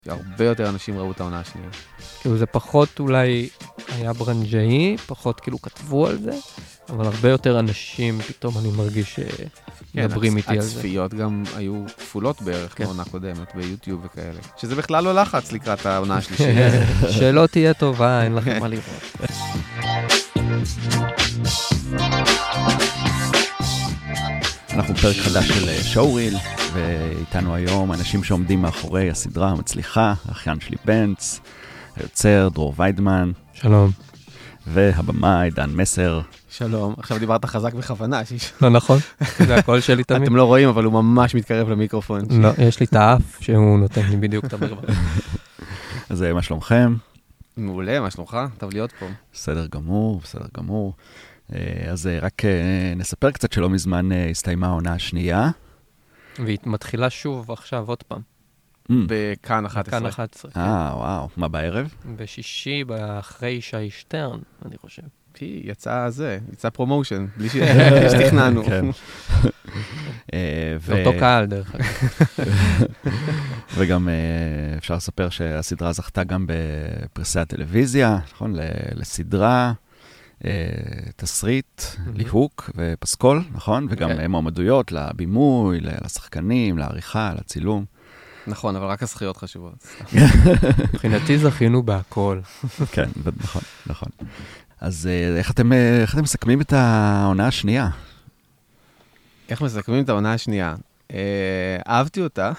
הרבה יותר אנשים ראו את העונה השנייה. כאילו זה פחות אולי היה ברנג'אי, פחות כאילו כתבו על זה, אבל הרבה יותר אנשים פתאום אני מרגיש שמדברים איתי על זה. הצפיות גם היו כפולות בערך בעונה קודמת ביוטיוב וכאלה. שזה בכלל לא לחץ לקראת העונה השלישית. שלא תהיה טובה, אין לכם מה לראות. אנחנו פרק חדש של שואוריל, ואיתנו היום אנשים שעומדים מאחורי הסדרה המצליחה, האחיין שלי בנץ, היוצר דרור ויידמן. שלום. והבמאי דן מסר. שלום. עכשיו דיברת חזק בכוונה. לא נכון, זה הכל שלי תמיד. אתם לא רואים, אבל הוא ממש מתקרב למיקרופון. לא, יש לי את האף שהוא נותן לי בדיוק את המרבה. אז מה שלומכם? מעולה, מה שלומך? טוב להיות פה. בסדר גמור, בסדר גמור. אז רק נספר קצת שלא מזמן הסתיימה העונה השנייה. והיא מתחילה שוב עכשיו עוד פעם. בכאן 11. בכאן 11. וואו. מה בערב? בשישי, אחרי שי שטרן, אני חושב. יצא פרומושן, בלי שתכננו. זה אותו קהל דרך אגב. וגם אפשר לספר שהסדרה זכתה גם בפרסי הטלוויזיה, נכון? לסדרה. תסריט, ליהוק ופסקול, נכון? וגם מועמדויות לבימוי, לשחקנים, לעריכה, לצילום. נכון, אבל רק הזכיות חשובות. מבחינתי זכינו בהכל. כן, נכון. אז איך אתם מסכמים את העונה השנייה? איך מסכמים את העונה השנייה? אהבתי אותה.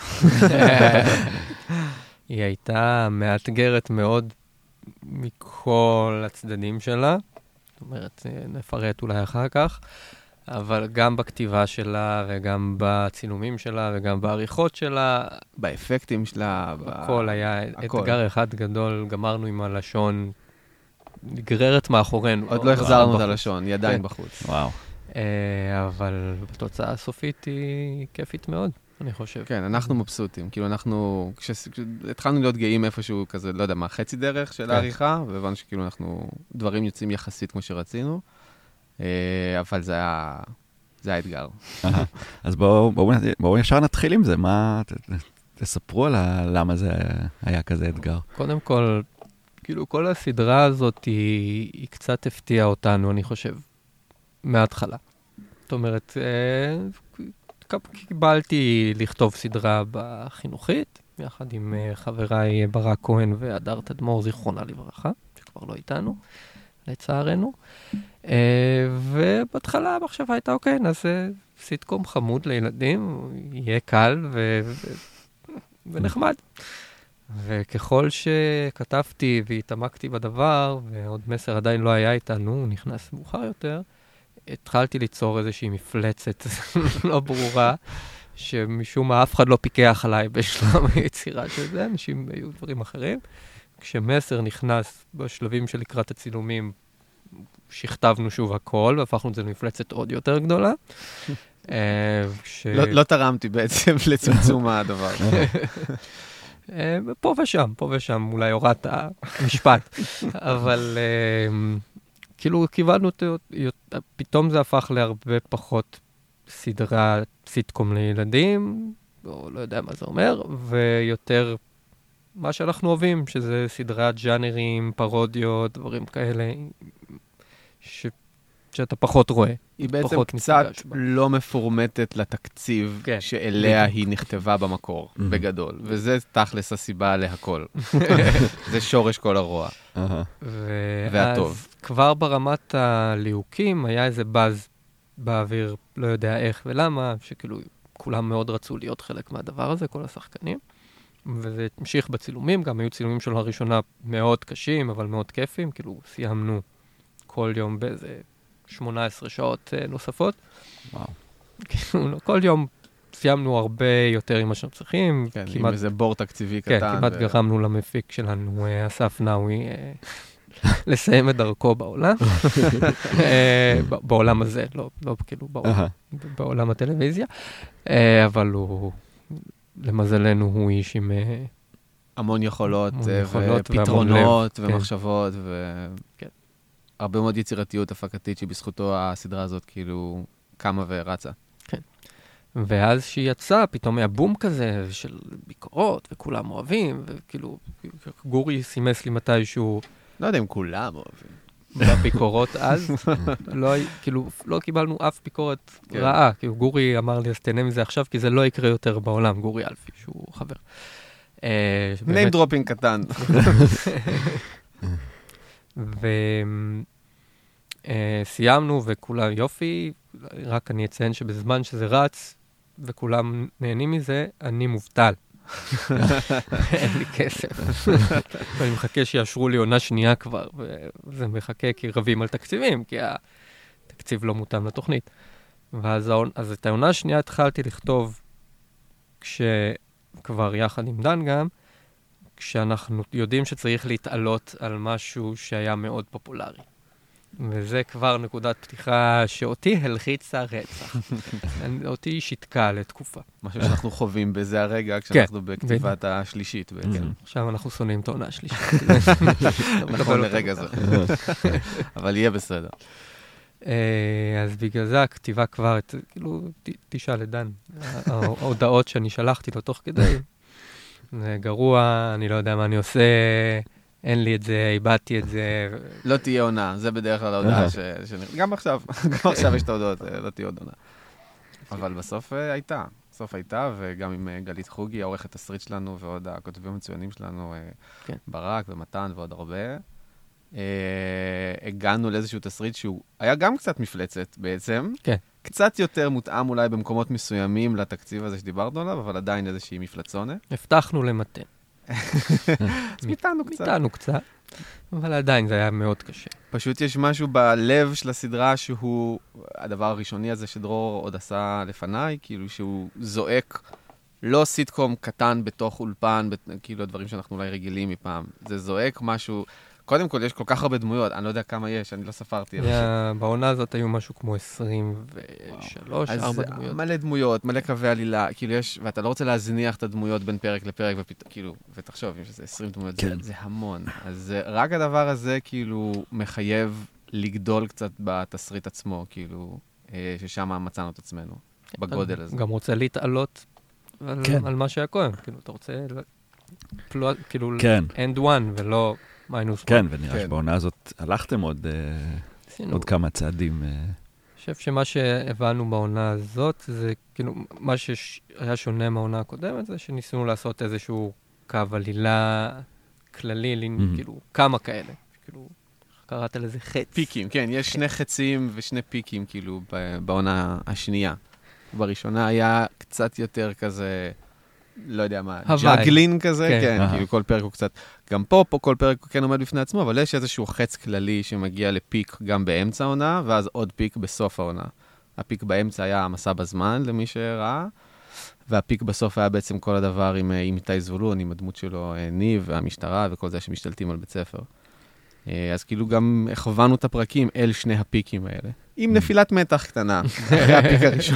היא הייתה מאתגרת מאוד מכל הצדדים שלה. זאת אומרת, נפרט אולי אחר כך, אבל גם בכתיבה שלה, וגם בצילומים שלה, וגם בעריכות שלה. באפקטים שלה. הכל היה אתגר אחד גדול, גמרנו עם הלשון, נגררת מאחורינו. עוד לא החזרנו את הלשון, היא עדיין בחוץ. וואו. אבל בתוצאה הסופית היא כיפית מאוד, אני חושב. כן, אנחנו מבסוטים. כאילו אנחנו, כשהתחלנו להיות גאים איפשהו כזה, לא יודע מה, חצי דרך של העריכה, והבנו שכאילו אנחנו, דברים יוצאים יחסית כמו שרצינו, אבל זה היה אתגר. אז בואו ישר נתחיל עם זה. תספרו על למה זה היה כזה אתגר. קודם כל, כאילו כל הסדרה הזאת היא קצת הפתיעה אותנו, אני חושב, מההתחלה. זאת אומרת, קיבלתי לכתוב סדרה בחינוכית, יחד עם חבריי ברק כהן והדר תדמור, זיכרונה לברכה, שכבר לא איתנו, לצערנו. ובהתחלה המחשבה הייתה, אוקיי, נעשה סיטקום חמוד לילדים, יהיה קל ונחמד. וככל שכתבתי והתעמקתי בדבר, ועוד מסר עדיין לא היה איתנו, הוא נכנס מאוחר יותר, התחלתי ליצור איזושהי מפלצת לא ברורה, שמשום מה אף אחד לא פיקח עליי בשלב היצירה של זה, אנשים היו דברים אחרים. כשמסר נכנס בשלבים של לקראת הצילומים, שכתבנו שוב הכל, והפכנו את זה למפלצת עוד יותר גדולה. לא תרמתי בעצם לצמצום הדבר. פה ושם, אולי הוראת המשפט. אבל כאילו כיווננו, פתאום זה הפך להרבה פחות סדרה סיטקום לילדים, או לא יודע מה זה אומר, ויותר מה שאנחנו אוהבים, שזה סדרת ז'אנרים, פרודיות, דברים כאלה, שאתה פחות רואה. היא בעצם קצת לא מפורמטת לתקציב שאליה היא נכתבה במקור, בגדול. וזה תכלס הסיבה להכל. זה שורש כל הרוע. והטוב. אז כבר ברמת הליהוקים היה איזה באז באוויר, לא יודע איך ולמה, שכאילו כולם מאוד רצו להיות חלק מהדבר הזה, כל השחקנים. וזה המשיך בצילומים, גם היו צילומים שלו הראשונה מאוד קשים, אבל מאוד כיפים. כאילו סיימנו כל יום באיזה 18 שעות נוספות. וואו. כל יום סיימנו הרבה יותר ממה שאנחנו צריכים. כן, עם איזה בור תקציבי קטן. כן, כמעט גרמנו למפיק שלנו, אסף נאווי, לסיים את דרכו בעולם. בעולם הזה, לא כאילו בעולם הטלוויזיה. אבל הוא, למזלנו, הוא איש עם המון יכולות ופתרונות ומחשבות כן. הרבה מאוד יצירתיות הפקתית שבזכותו הסדרה הזאת כאילו קמה ורצה. כן. ואז שהיא יצאה, פתאום היה בום כזה של ביקורות, וכולם אוהבים, וכאילו, גורי סימס לי מתישהו, לא יודע אם כולם אוהבים. בביקורות אז, כאילו, לא קיבלנו אף ביקורת רעה, כאילו, גורי אמר לי, אז תהנה מזה עכשיו, כי זה לא יקרה יותר בעולם, גורי אלפי, שהוא חבר. name dropping קטן. וסיימנו, וכולם יופי, רק אני אציין שבזמן שזה רץ, וכולם נהנים מזה, אני מובטל. אין לי כסף. ואני מחכה שיאשרו לי עונה שנייה כבר, וזה מחכה כי רבים על תקציבים, כי התקציב לא מותאם לתוכנית. אז את העונה השנייה התחלתי לכתוב, כשכבר יחד עם דן גם, כשאנחנו יודעים שצריך להתעלות על משהו שהיה מאוד פופולרי. וזה כבר נקודת פתיחה שאותי הלחיצה רצח. אותי שיתקה לתקופה. משהו שאנחנו חווים בזה הרגע, כשאנחנו בכתיבת השלישית. עכשיו אנחנו שונאים את העונה השלישית. נכון לרגע זה. אבל יהיה בסדר. אז בגלל זה הכתיבה כבר, כאילו, תשאל את דן. ההודעות שאני שלחתי לו תוך כדי, זה גרוע, אני לא יודע מה אני עושה, אין לי את זה, איבדתי את זה. לא תהיה עונה, זה בדרך כלל ההודעה גם עכשיו יש את ההודעות, לא תהיה עוד עונה. אבל בסוף הייתה, וגם עם גלית חוגי, העורכת תסריט שלנו, ועוד הכותבים המצוינים שלנו, ברק ומתן ועוד הרבה, הגענו לאיזשהו תסריט שהוא היה גם קצת מפלצת בעצם. כן. קצת יותר מותאם אולי במקומות מסוימים לתקציב הזה שדיברנו עליו, אבל עדיין איזושהי מפלצונה. הבטחנו למתן. אז מיתנו קצת. אבל עדיין זה היה מאוד קשה. פשוט יש משהו בלב של הסדרה שהוא הדבר הראשוני הזה שדרור עוד עשה לפניי, כאילו שהוא זועק, לא סיטקום קטן בתוך אולפן, כאילו הדברים שאנחנו אולי רגילים מפעם. זה זועק משהו, קודם כל יש כל כך הרבה דמויות, אני לא יודע כמה יש, אני לא ספרתי. בעונה הזאת היו משהו כמו 23, 4 דמויות. מלא דמויות, מלא קווי עלילה, כאילו יש, ואתה לא רוצה להזניח את הדמויות בין פרק לפרק, כאילו, ותחשוב, אם שזה 20 דמויות, זה המון. אז רק הדבר הזה כאילו מחייב לגדול קצת בתסריט עצמו, כאילו, ששם מצאנו את עצמנו, בגודל הזה. גם רוצה להתעלות על מה שהיה קודם, כאילו, אתה רוצה, כאילו, end one ולא מיינוס. כן, ונראה שבעונה הזאת הלכתם עוד כמה צעדים. אני חושב שמה שהבנו בעונה הזאת, זה כאילו, מה שהיה שונה מהעונה הקודמת, זה שניסינו לעשות איזשהו קו עלילה כללי, כאילו, כמה כאלה. כאילו, קראת לזה חץ. פיקים, כן, יש שני חצים ושני פיקים, כאילו, בעונה השנייה. בראשונה היה קצת יותר כזה, לא יודע מה, ג'אגלין כזה, כן, כאילו כל פרק הוא קצת, גם פה כל פרק הוא כן עומד בפני עצמו, אבל יש איזשהו חץ כללי שמגיע לפיק גם באמצע העונה, ואז עוד פיק בסוף העונה. הפיק באמצע היה המסע בזמן, למי שראה, והפיק בסוף היה בעצם כל הדבר עם איתי זבולון, עם הדמות שלו, ניב, והמשטרה, וכל זה שמשתלטים על בית ספר. אז כאילו גם הכוונו את הפרקים אל שני הפיקים האלה, עם נפילת מתח קטנה, אחרי הפיק הראשון.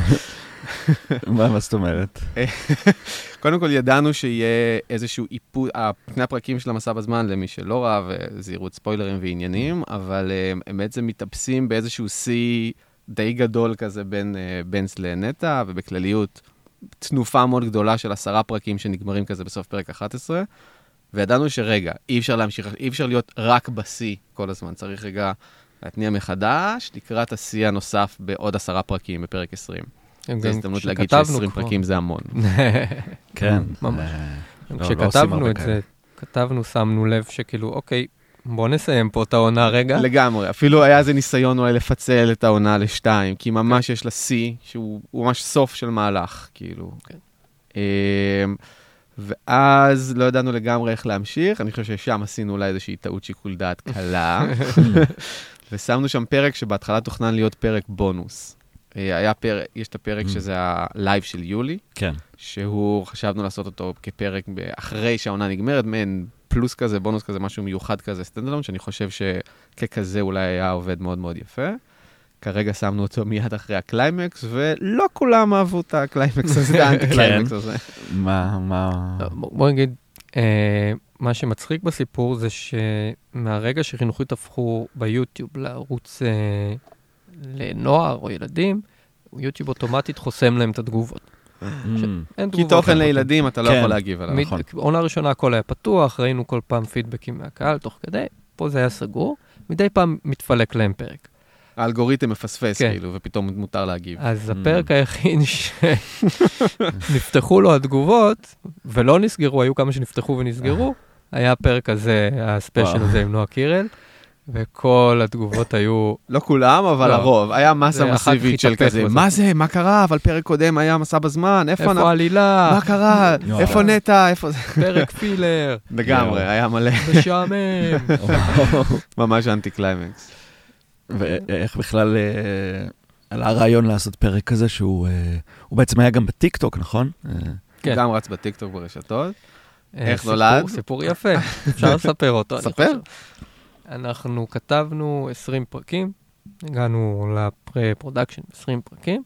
מה זאת אומרת? קודם כל ידענו שיהיה איזשהו איפוד, פני הפרקים של המסע בזמן למי שלא ראה, וזהירות ספוילרים ועניינים, אבל הם בעצם מתאפסים באיזשהו שיא די גדול כזה בין בנס לנטה, ובכלליות תנופה מאוד גדולה של 10 פרקים שנגמרים כזה בסוף פרק 11, וידענו שרגע, אי אפשר להמשיך, אי אפשר להיות רק בשיא כל הזמן, צריך רגע להתניע מחדש, לקראת השיא הנוסף בעוד 10 פרקים בפרק 20. זו הזדמנות להגיד ש20 פרקים זה המון. כן. ממש. כשכתבנו את זה, שמנו לב שכאילו, אוקיי, בוא נסיים פה את העונה רגע. לגמרי. אפילו היה איזה ניסיון אולי לפצל את העונה ל2, כי ממש יש לה שיא, שהוא ממש סוף של מהלך, כאילו. ואז לא ידענו לגמרי איך להמשיך. אני חושב ששם עשינו אולי איזושהי טעות שיקול דעת קלה. ושמנו שם פרק שבהתחלה תוכנן להיות פרק בונוס. יש את הפרק שזה הלייב של יולי, כן. שהוא חשבנו לעשות אותו כפרק אחרי שהעונה נגמרת, מעין פלוס כזה, בונוס כזה, משהו מיוחד כזה, סטנדלון, שאני חושב שככזה אולי היה עובד מאוד מאוד יפה. כרגע שמנו אותו מיד אחרי הקליימקס, ולא כולם אהבו את הקליימקס הזה, האנטי-קליימקס הזה. בוא נגיד, מה שמצחיק בסיפור זה שמהרגע שחינוכית הפכו ביוטיוב לערוץ לנוער או ילדים, יוטיוב אוטומטית חוסם להם את התגובות. כי תוכן לילדים אתה לא יכול להגיב עליו. עונה ראשונה הכל היה פתוח, ראינו כל פעם פידבקים מהקהל תוך כדי, פה זה היה סגור, מדי פעם מתפלק להם פרק. האלגוריתם מפספס כאילו, ופתאום מותר להגיב. אז הפרק היחיד שנפתחו לו התגובות, ולא נסגרו, היו כמה שנפתחו ונסגרו, היה הפרק הזה, הספיישל הזה עם נועה קירל, וכל התגובות היו... לא כולם, אבל הרוב. היה מסה מסיבית של כזה, מה זה? מה קרה? אבל פרק קודם היה מסע בזמן, איפה העלילה? מה קרה? איפה נטע? איפה זה? פרק פילר. לגמרי, היה מלא. משעמם. ממש אנטי קליימקס. ואיך בכלל עלה הרעיון לעשות פרק כזה, שהוא בעצם היה גם בטיקטוק, נכון? גם רץ בטיקטוק ברשתות. איך נולד? סיפור יפה, אפשר לספר אותו. ספר. אנחנו כתבנו 20 פרקים, הגענו לפרודקשן 20 פרקים,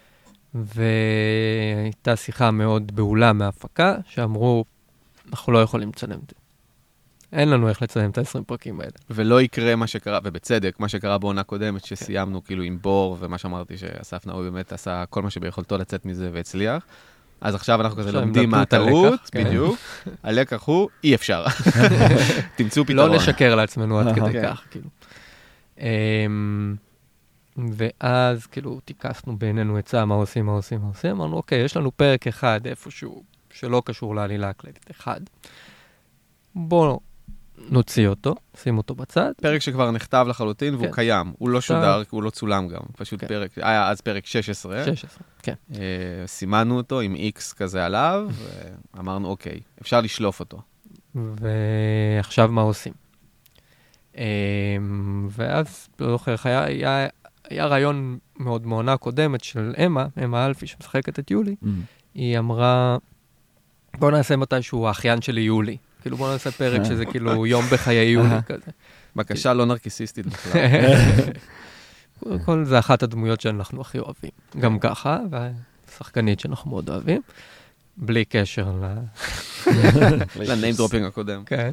והייתה שיחה מאוד בהולה מההפקה, שאמרו, אנחנו לא יכולים לצלם את זה. אין לנו איך לצלם את ה-20 פרקים האלה. ולא יקרה מה שקרה, ובצדק, מה שקרה בעונה קודמת, שסיימנו כאילו עם בור, ומה שאמרתי שאסף נאווי באמת עשה כל מה שביכולתו לצאת מזה והצליח. אז עכשיו אנחנו כזה לומדים מהטעות, בדיוק. הלקח הוא, אי אפשר. תמצאו פתרון. לא לשקר לעצמנו עד כדי כך, כאילו. ואז כאילו תיקסנו בינינו עצה, מה עושים. אמרנו, אוקיי, יש לנו פרק אחד איפשהו שלא קשור לעלילה הכללית, אחד. בואו נוציא אותו, שים אותו בצד. פרק שכבר נכתב לחלוטין והוא קיים. הוא לא שודר, הוא לא צולם גם. פשוט פרק, היה אז פרק 16. 16, כן. סימנו אותו עם X כזה עליו, ואמרנו, אוקיי, אפשר לשלוף אותו. ועכשיו מה עושים? ואז, לא זוכר, היה רעיון מאוד מעונה קודמת של אמה אלפי, שמשחקת את יולי. היא אמרה, בוא נעשה מתישהו האחיין שלי יולי. כאילו בוא נעשה פרק שזה כאילו יום בחיי יולי כזה. בקשה לא נרקיסיסטית בכלל. כל זה אחת הדמויות שאנחנו הכי אוהבים. גם ככה, והשחקנית שאנחנו מאוד אוהבים, בלי קשר לניים דרופינג הקודם. כן.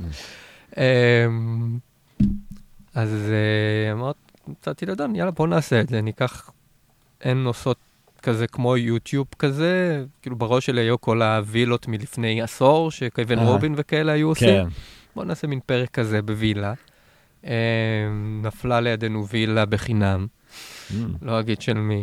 אז אמרת, מצאתי לדון, יאללה בוא נעשה את זה, ניקח, אין נוסעות כזה כמו יוטיוב כזה, כאילו בראש שלי היו כל הווילות מלפני עשור, שקייבן רובין וכאלה היו עושים. בוא נעשה מין פרק כזה בווילה. נפלה לידינו וילה בחינם. לא אגיד של מי.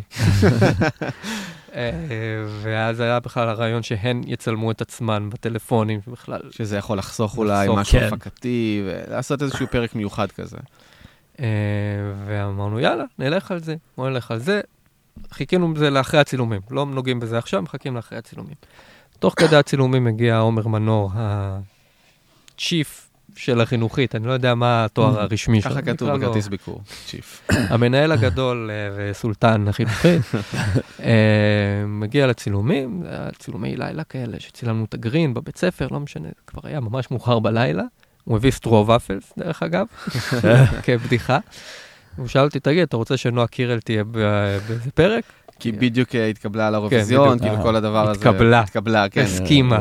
ואז היה בכלל הרעיון שהן יצלמו את עצמן בטלפונים בכלל. שזה יכול לחסוך אולי משהו הפקתי, ולעשות איזשהו פרק מיוחד כזה. ואמרנו, יאללה, נלך על זה. בוא נלך על זה. חיכינו בזה לאחרי הצילומים, לא נוגעים בזה עכשיו, מחכים לאחרי הצילומים. תוך כדי הצילומים הגיע עומר מנור, הצ'יף של החינוכית, אני לא יודע מה התואר הרשמי שלו. ככה כתוב בכרטיס ביקור, צ'יף. המנהל הגדול וסולטן החינוכית, מגיע לצילומים, צילומי לילה כאלה, שצילמנו את הגרין בבית ספר, לא משנה, זה כבר היה ממש מאוחר בלילה, הוא הביא סטרו ופלס, דרך אגב, כבדיחה. הוא שאל אותי, תגיד, אתה רוצה שנועה קירל תהיה באיזה פרק? כי בדיוק התקבלה על האירוויזיון, כאילו כל הדבר הזה. התקבלה, כן. הסכימה.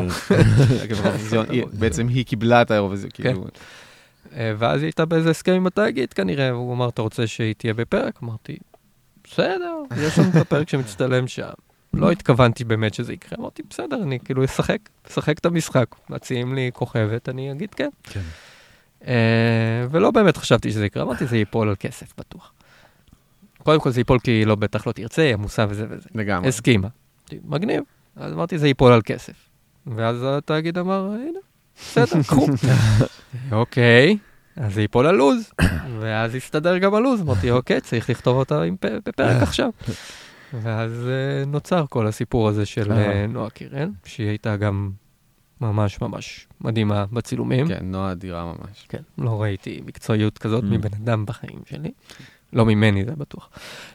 בעצם היא קיבלה את האירוויזיון, כאילו. ואז היא הייתה באיזה הסכם עם התאגיד, כנראה, והוא אמר, אתה רוצה שהיא תהיה בפרק? אמרתי, בסדר, יש לנו את הפרק שמצטלם שם. לא התכוונתי באמת שזה יקרה, אמרתי, בסדר, אני כאילו אשחק את המשחק. מציעים לי כוכבת, אני אגיד כן. כן. ולא באמת חשבתי שזה יקרה, אמרתי, זה ייפול על כסף, בטוח. קודם כל זה ייפול כי לא בטח לא תרצה, היא עמוסה וזה וזה. לגמרי. הסכימה. מגניב. אז אמרתי, זה ייפול על כסף. ואז התאגיד אמר, הנה, בסדר, קחו. אוקיי, אז זה ייפול על לוז. ואז הסתדר גם על לוז. אמרתי, אוקיי, צריך לכתוב אותה בפרק עכשיו. ואז נוצר כל הסיפור הזה של נועה קירל, שהיא הייתה גם ממש ממש מדהימה בצילומים. כן, נועה אדירה ממש. כן, לא ראיתי מקצועיות כזאת מבן אדם בחיים שלי. לא ממני, זה בטוח.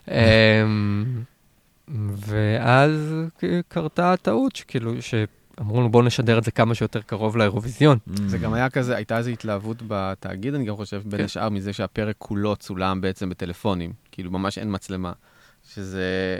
ואז קרתה הטעות, שכאילו, שאמרו לנו, בואו נשדר את זה כמה שיותר קרוב לאירוויזיון. זה גם היה כזה, הייתה איזו התלהבות בתאגיד, אני גם חושב, בין השאר מזה שהפרק כולו צולם בעצם בטלפונים. כאילו, ממש אין מצלמה. שזה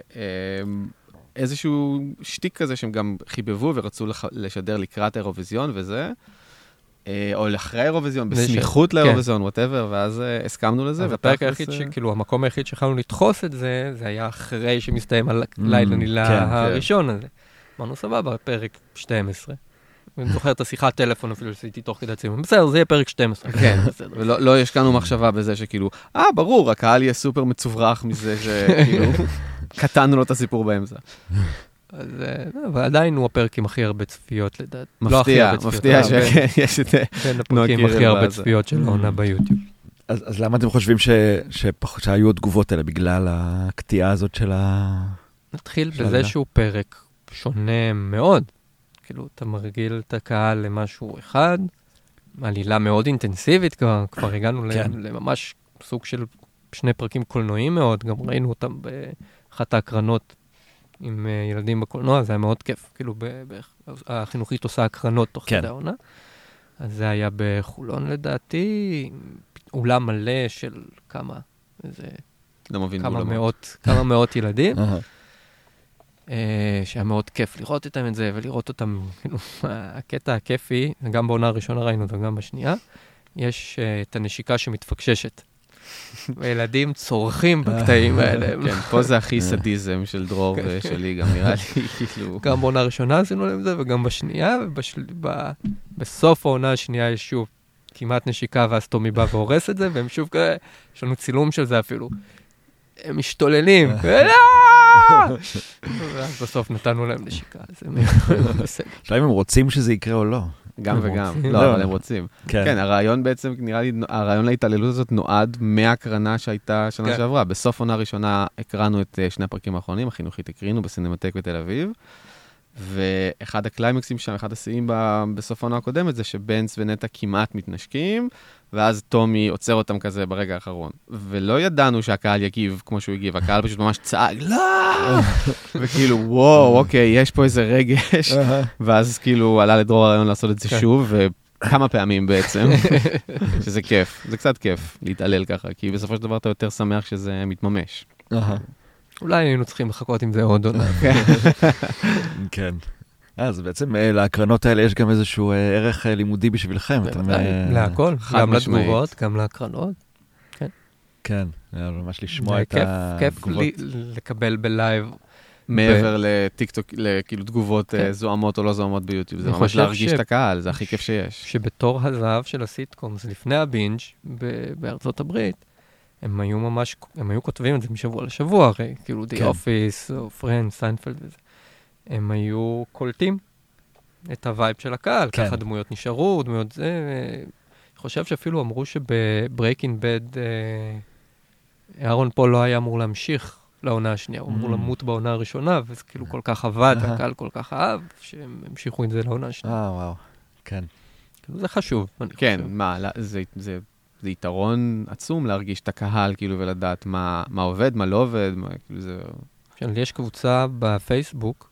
איזשהו שטיק כזה שהם גם חיבבו ורצו לשדר לקראת האירוויזיון וזה. או לאחרי האירוויזיון, בסמיכות לאירוויזיון, whatever, ואז הסכמנו לזה. אז הפרק היחיד שכאילו, המקום היחיד שיכולנו לדחוס את זה, זה היה אחרי שמסתיים הלילה נילה הראשון הזה. אמרנו, סבבה, פרק 12. אני זוכר את השיחת טלפון אפילו שעשיתי תוך כדי ציון. בסדר, זה יהיה פרק 12. כן, ולא השקענו מחשבה בזה שכאילו, ברור, הקהל יהיה סופר מצוברח מזה שכאילו, קטענו לו את הסיפור באמצע. אבל עדיין הוא הפרק עם הכי הרבה צפיות לדעת. מפתיע שיש את בין הפרקים הכי הרבה צפיות של העונה ביוטיוב. אז למה אתם חושבים שהיו התגובות האלה בגלל הקטיעה הזאת של נתחיל בזה שהוא פרק שונה מאוד. כאילו, אתה מרגיל את הקהל למשהו אחד, עלילה מאוד אינטנסיבית כבר הגענו לממש סוג של 2 פרקים קולנועיים מאוד, גם ראינו אותם באחת ההקרנות עם ילדים בקולנוע, זה היה מאוד כיף, כאילו החינוכית עושה הקרנות תוך כדי העונה. אז זה היה בחולון לדעתי, אולם מלא של כמה מאות ילדים. שהיה מאוד כיף לראות איתם את זה, ולראות אותם, כאילו, הקטע הכיפי, גם בעונה הראשונה ראינו אותו, גם בשנייה, יש את הנשיקה שמתפקששת. וילדים צורכים בקטעים האלה. כן, פה זה הכי סדיזם של דרור ושלי, גם נראה לי, כאילו. גם בעונה הראשונה עשינו להם זה, וגם בשנייה, ובסוף העונה השנייה יש שוב כמעט נשיקה, ואז תומי בא והורס את זה, והם שוב כאלה, יש לנו צילום של זה אפילו. הם משתוללים, ואז בסוף נתנו להם נשיקה, זה בסדר. שאלה אם הם רוצים שזה יקרה או לא. גם וגם, לא, אבל הם רוצים. כן, הרעיון בעצם, נראה לי, הרעיון להתעללות הזאת נועד מהקרנה שהייתה שנה שעברה. בסוף עונה ראשונה הקרנו את 2 הפרקים האחרונים, החינוכית הקרינו בסינמטק בתל אביב, ואחד הקליימקסים שם, אחד השיאים בסוף העונה הקודמת, זה שבנץ ונטע כמעט מתנשקים, ואז טומי עוצר אותם כזה ברגע האחרון. ולא ידענו שהקהל יגיב כמו שהוא הגיב, הקהל פשוט ממש צעק, לא! וכאילו, וואו, אוקיי, יש פה איזה רגש. ואז כאילו עלה לדרור הרעיון לעשות את זה שוב, וכמה פעמים בעצם, שזה כיף. זה קצת כיף להתעלל ככה, כי בסופו של דבר אתה יותר שמח שזה מתממש. אולי היינו צריכים לחכות עם זה עוד עונה. כן. אז בעצם להקרנות האלה יש גם איזשהו ערך לימודי בשבילכם. להכל, גם לתגובות, גם להקרנות. כן, ממש לשמוע את התגובות. כיף לקבל בלייב. מעבר לטיקטוק, כאילו תגובות זוהמות או לא זוהמות ביוטיוב. זה ממש להרגיש את הקהל, זה הכי כיף שיש. שבתור הזהב של הסיטקומס, לפני הבינג' בארצות הברית, הם היו כותבים את זה משבוע לשבוע, הרי, כאילו The Office, או Friends, סיינפלד וזה. הם היו קולטים את הווייב של הקהל, ככה דמויות נשארו, דמויות זה, אני חושב שאפילו אמרו שבברייקינג בד, אהרון פול לא היה אמור להמשיך לעונה השנייה, הוא אמור למות בעונה הראשונה, וזה כאילו כל כך עבד, הקהל כל כך אהב, שהם המשיכו את זה לעונה השנייה. וואו, כן. זה חשוב, אני חושב. כן, מה, זה יתרון עצום להרגיש את הקהל, כאילו, ולדעת מה עובד, מה לא עובד, כאילו זה... יש קבוצה בפייסבוק,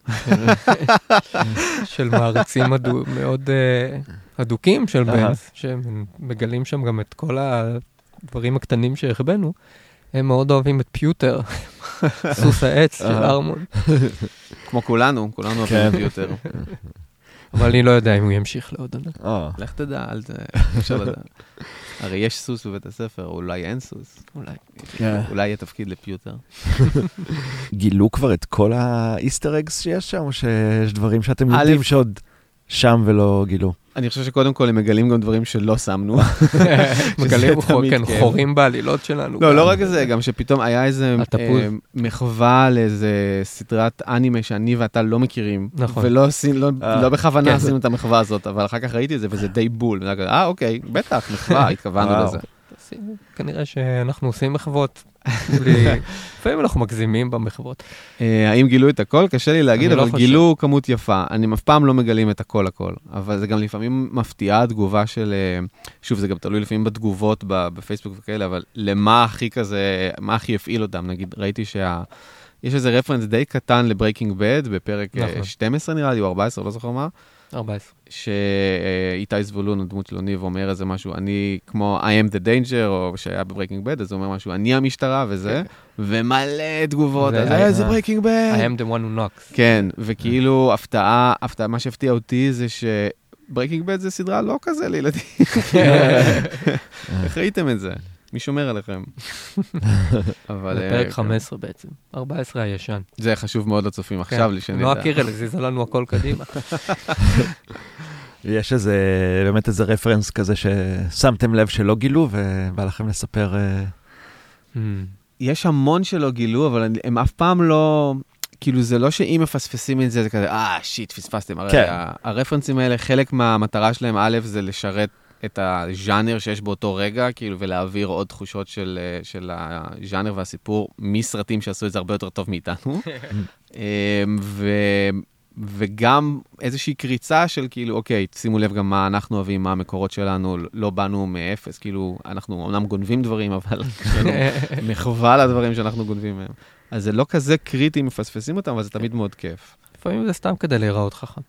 של מעריצים מאוד הדוקים של בנס, שהם מגלים שם גם את כל הדברים הקטנים שהרבנו, הם מאוד אוהבים את פיוטר, סוס העץ של ארמון. כמו כולנו אוהבים את פיוטר. אבל אני לא יודע אם הוא ימשיך לעוד עונה. לך תדע, אפשר לדעת. הרי יש סוס בבית הספר, אולי אין סוס. אולי יהיה תפקיד לפיוטר. גילו כבר את כל האיסטר אגס שיש שם, או שיש דברים שאתם יודעים שעוד שם ולא גילו? אני חושב שקודם כל הם מגלים גם דברים שלא שמנו. מגלים חורים בעלילות שלנו. לא רק זה, גם שפתאום היה איזה מחווה לאיזה סדרת אנימה שאני ואתה לא מכירים. נכון. ולא בכוונה עשינו את המחווה הזאת, אבל אחר כך ראיתי את זה וזה די בול. אוקיי, בטח, מחווה, התכוונו לזה. כנראה שאנחנו עושים מחוות. לפעמים אנחנו מגזימים במחוות. האם גילו את הכל? קשה לי להגיד, אבל גילו כמות יפה. אני אף פעם לא מגלים את הכל. אבל זה גם לפעמים מפתיעה התגובה של... שוב, זה גם תלוי לפעמים בתגובות בפייסבוק וכאלה, אבל למה הכי כזה, מה הכי יפעיל אותם? נגיד, ראיתי יש איזה רפרנס די קטן לברייקינג בד, בפרק 12 נראה לי, או 14, לא זוכר מה. 14. שאיתי זבולון, הדמות שלו ניב, אומר איזה משהו, אני כמו I am the danger, או שהיה בברייקינג בד, אז הוא אומר משהו, אני המשטרה וזה, ומלא תגובות, זה ברייקינג בד. I am the one who knocks. כן, וכאילו הפתעה, מה שהפתיע אותי זה ברייקינג בד זה סדרה לא כזה לילדים. איך ראיתם את זה? מי שומר עליכם? זה פרק 15 בעצם, 14 הישן. זה חשוב מאוד לצופים עכשיו, שנדע. נועה קירל, הזיזה לנו הכל קדימה. יש באמת איזה רפרנס כזה ששמתם לב שלא גילו, ובא לכם לספר... יש המון שלא גילו, אבל הם אף פעם לא... כאילו זה לא שאם מפספסים את זה, זה כזה, שיט, פספסתם. הרי הרפרנסים האלה, חלק מהמטרה שלהם, א', זה לשרת את הז'אנר שיש באותו רגע, כאילו, ולהעביר עוד תחושות של הז'אנר והסיפור, מסרטים שעשו את זה הרבה יותר טוב מאיתנו. וגם איזושהי קריצה של כאילו, אוקיי, שימו לב גם מה אנחנו אוהבים, מה המקורות שלנו, לא באנו מאפס, כאילו, אנחנו אומנם גונבים דברים, אבל מחווה לדברים שאנחנו גונבים מהם. אז זה לא כזה קריטי אם מפספסים אותם, אבל זה תמיד מאוד כיף. לפעמים זה סתם כדי להיראות חכם.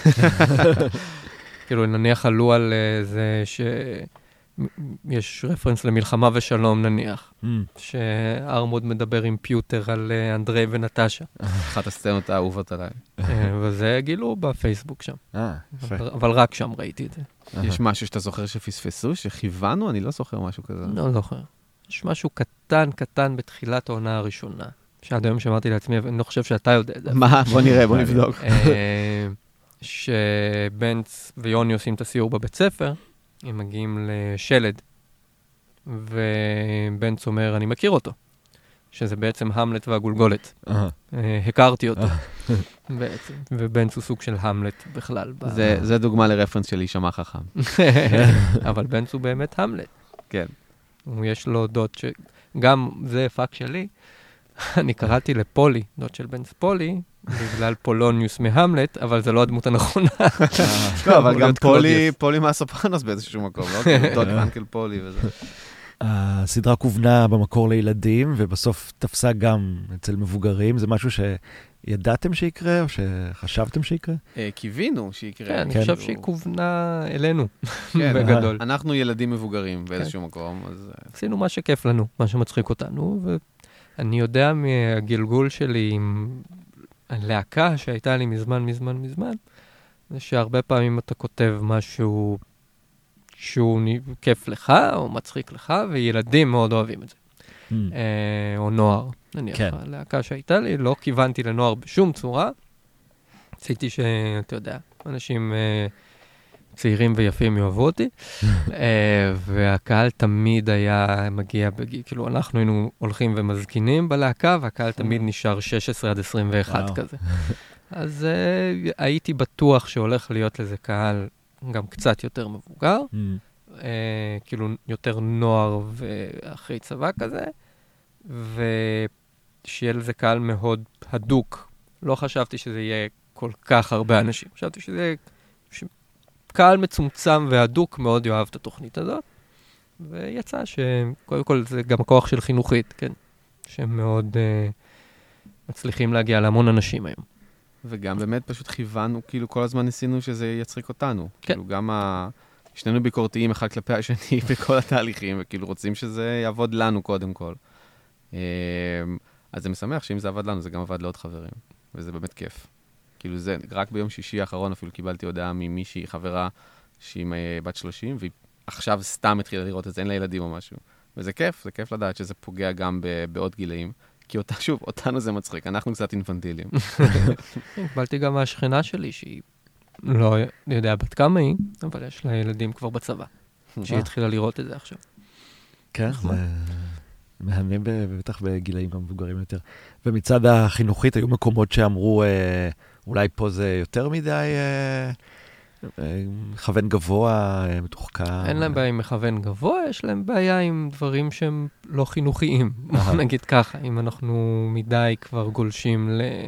כאילו, נניח עלו על זה שיש רפרנס למלחמה ושלום, נניח, שארמוד מדבר עם פיוטר על אנדרי ונטשה. אחת הסצנות האהובות עליי. וזה גילו בפייסבוק שם. אבל רק שם ראיתי את זה. יש משהו שאתה זוכר שפספסו, שכיוונו? אני לא זוכר משהו כזה. לא זוכר. יש משהו קטן בתחילת העונה הראשונה. שעד היום שמעתי לעצמי, אני לא חושב שאתה יודע את זה. מה? בוא נראה, בוא נבדוק. שבנץ ויוני עושים את הסיור בבית ספר, הם מגיעים לשלד, ובנץ אומר, אני מכיר אותו, שזה בעצם המלט והגולגולת. הכרתי אותו, בעצם. ובנץ הוא סוג של המלט בכלל. זה דוגמה לרפרנס של להישמע חכם. אבל בנץ הוא באמת המלט. כן. יש לו דוד גם זה פאק שלי, אני קראתי לפולי, דוד של בנץ פולי, בגלל פולוניוס מהמלט, אבל זה לא הדמות הנכונה. לא, אבל גם פולי מהסופרנוס באיזשהו מקום, לא? דוד פרנקל פולי וזה. הסדרה כוונה במקור לילדים, ובסוף תפסה גם אצל מבוגרים. זה משהו שידעתם שיקרה, או שחשבתם שיקרה? קיווינו שיקרה. אני חושב שהיא כוונה אלינו, בגדול. אנחנו ילדים מבוגרים באיזשהו מקום. עשינו מה שכיף לנו, מה שמצחיק אותנו, ואני יודע מהגלגול שלי עם הלהקה שהייתה לי מזמן, זה שהרבה פעמים אתה כותב משהו שהוא כיף לך, או מצחיק לך, וילדים מאוד אוהבים את זה. או נוער, נניח. הלהקה שהייתה לי, לא כיוונתי לנוער בשום צורה. עשיתי שאתה יודע, אנשים צעירים ויפים יאהבו אותי, והקהל תמיד היה מגיע, כאילו אנחנו היינו הולכים ומזקינים בלהקה, והקהל תמיד נשאר 16 עד 21 כזה. אז הייתי בטוח שהולך להיות לזה קהל גם קצת יותר מבוגר, כאילו יותר נוער ואחרי צבא כזה, ושיהיה לזה קהל מאוד הדוק. לא חשבתי שזה יהיה כל כך הרבה אנשים. חשבתי שזה יהיה קהל מצומצם והדוק מאוד יאהב את התוכנית הזאת, ויצא שקודם כל זה גם הכוח של חינוכית, כן? שהם מאוד מצליחים להגיע להמון אנשים היום. וגם באמת פשוט כיוונו, כאילו כל הזמן ניסינו שזה יצחיק אותנו. כן. כאילו גם שנינו ביקורתיים אחד כלפי השני בכל התהליכים, וכאילו רוצים שזה יעבוד לנו קודם כל. אז זה משמח שאם זה עבד לנו, זה גם עבד לעוד חברים. וזה באמת כיף. כאילו זה, רק ביום שישי האחרון אפילו קיבלתי הודעה ממישהי, חברה, שהיא בת 30, והיא עכשיו סתם התחילה לראות את זה, אין לה ילדים או משהו. וזה כיף, זה כיף לדעת שזה פוגע גם בעוד גילאים. כי שוב, אותנו זה מצחיק, אנחנו קצת אינפנטיליים. קיבלתי גם מהשכנה שלי, שהיא לא יודע בת כמה היא, אבל יש לה ילדים כבר בצבא, שהיא התחילה לראות את זה עכשיו. כן, זה מהמם בטח בגילאים המבוגרים יותר. ומצד החינוכית היו מקומות שאמרו, אולי פה זה יותר מדי מכוון גבוה, מתוחכם. אין להם בעיה עם מכוון גבוה, יש להם בעיה עם דברים שהם לא חינוכיים. נגיד ככה, אם אנחנו מדי כבר גולשים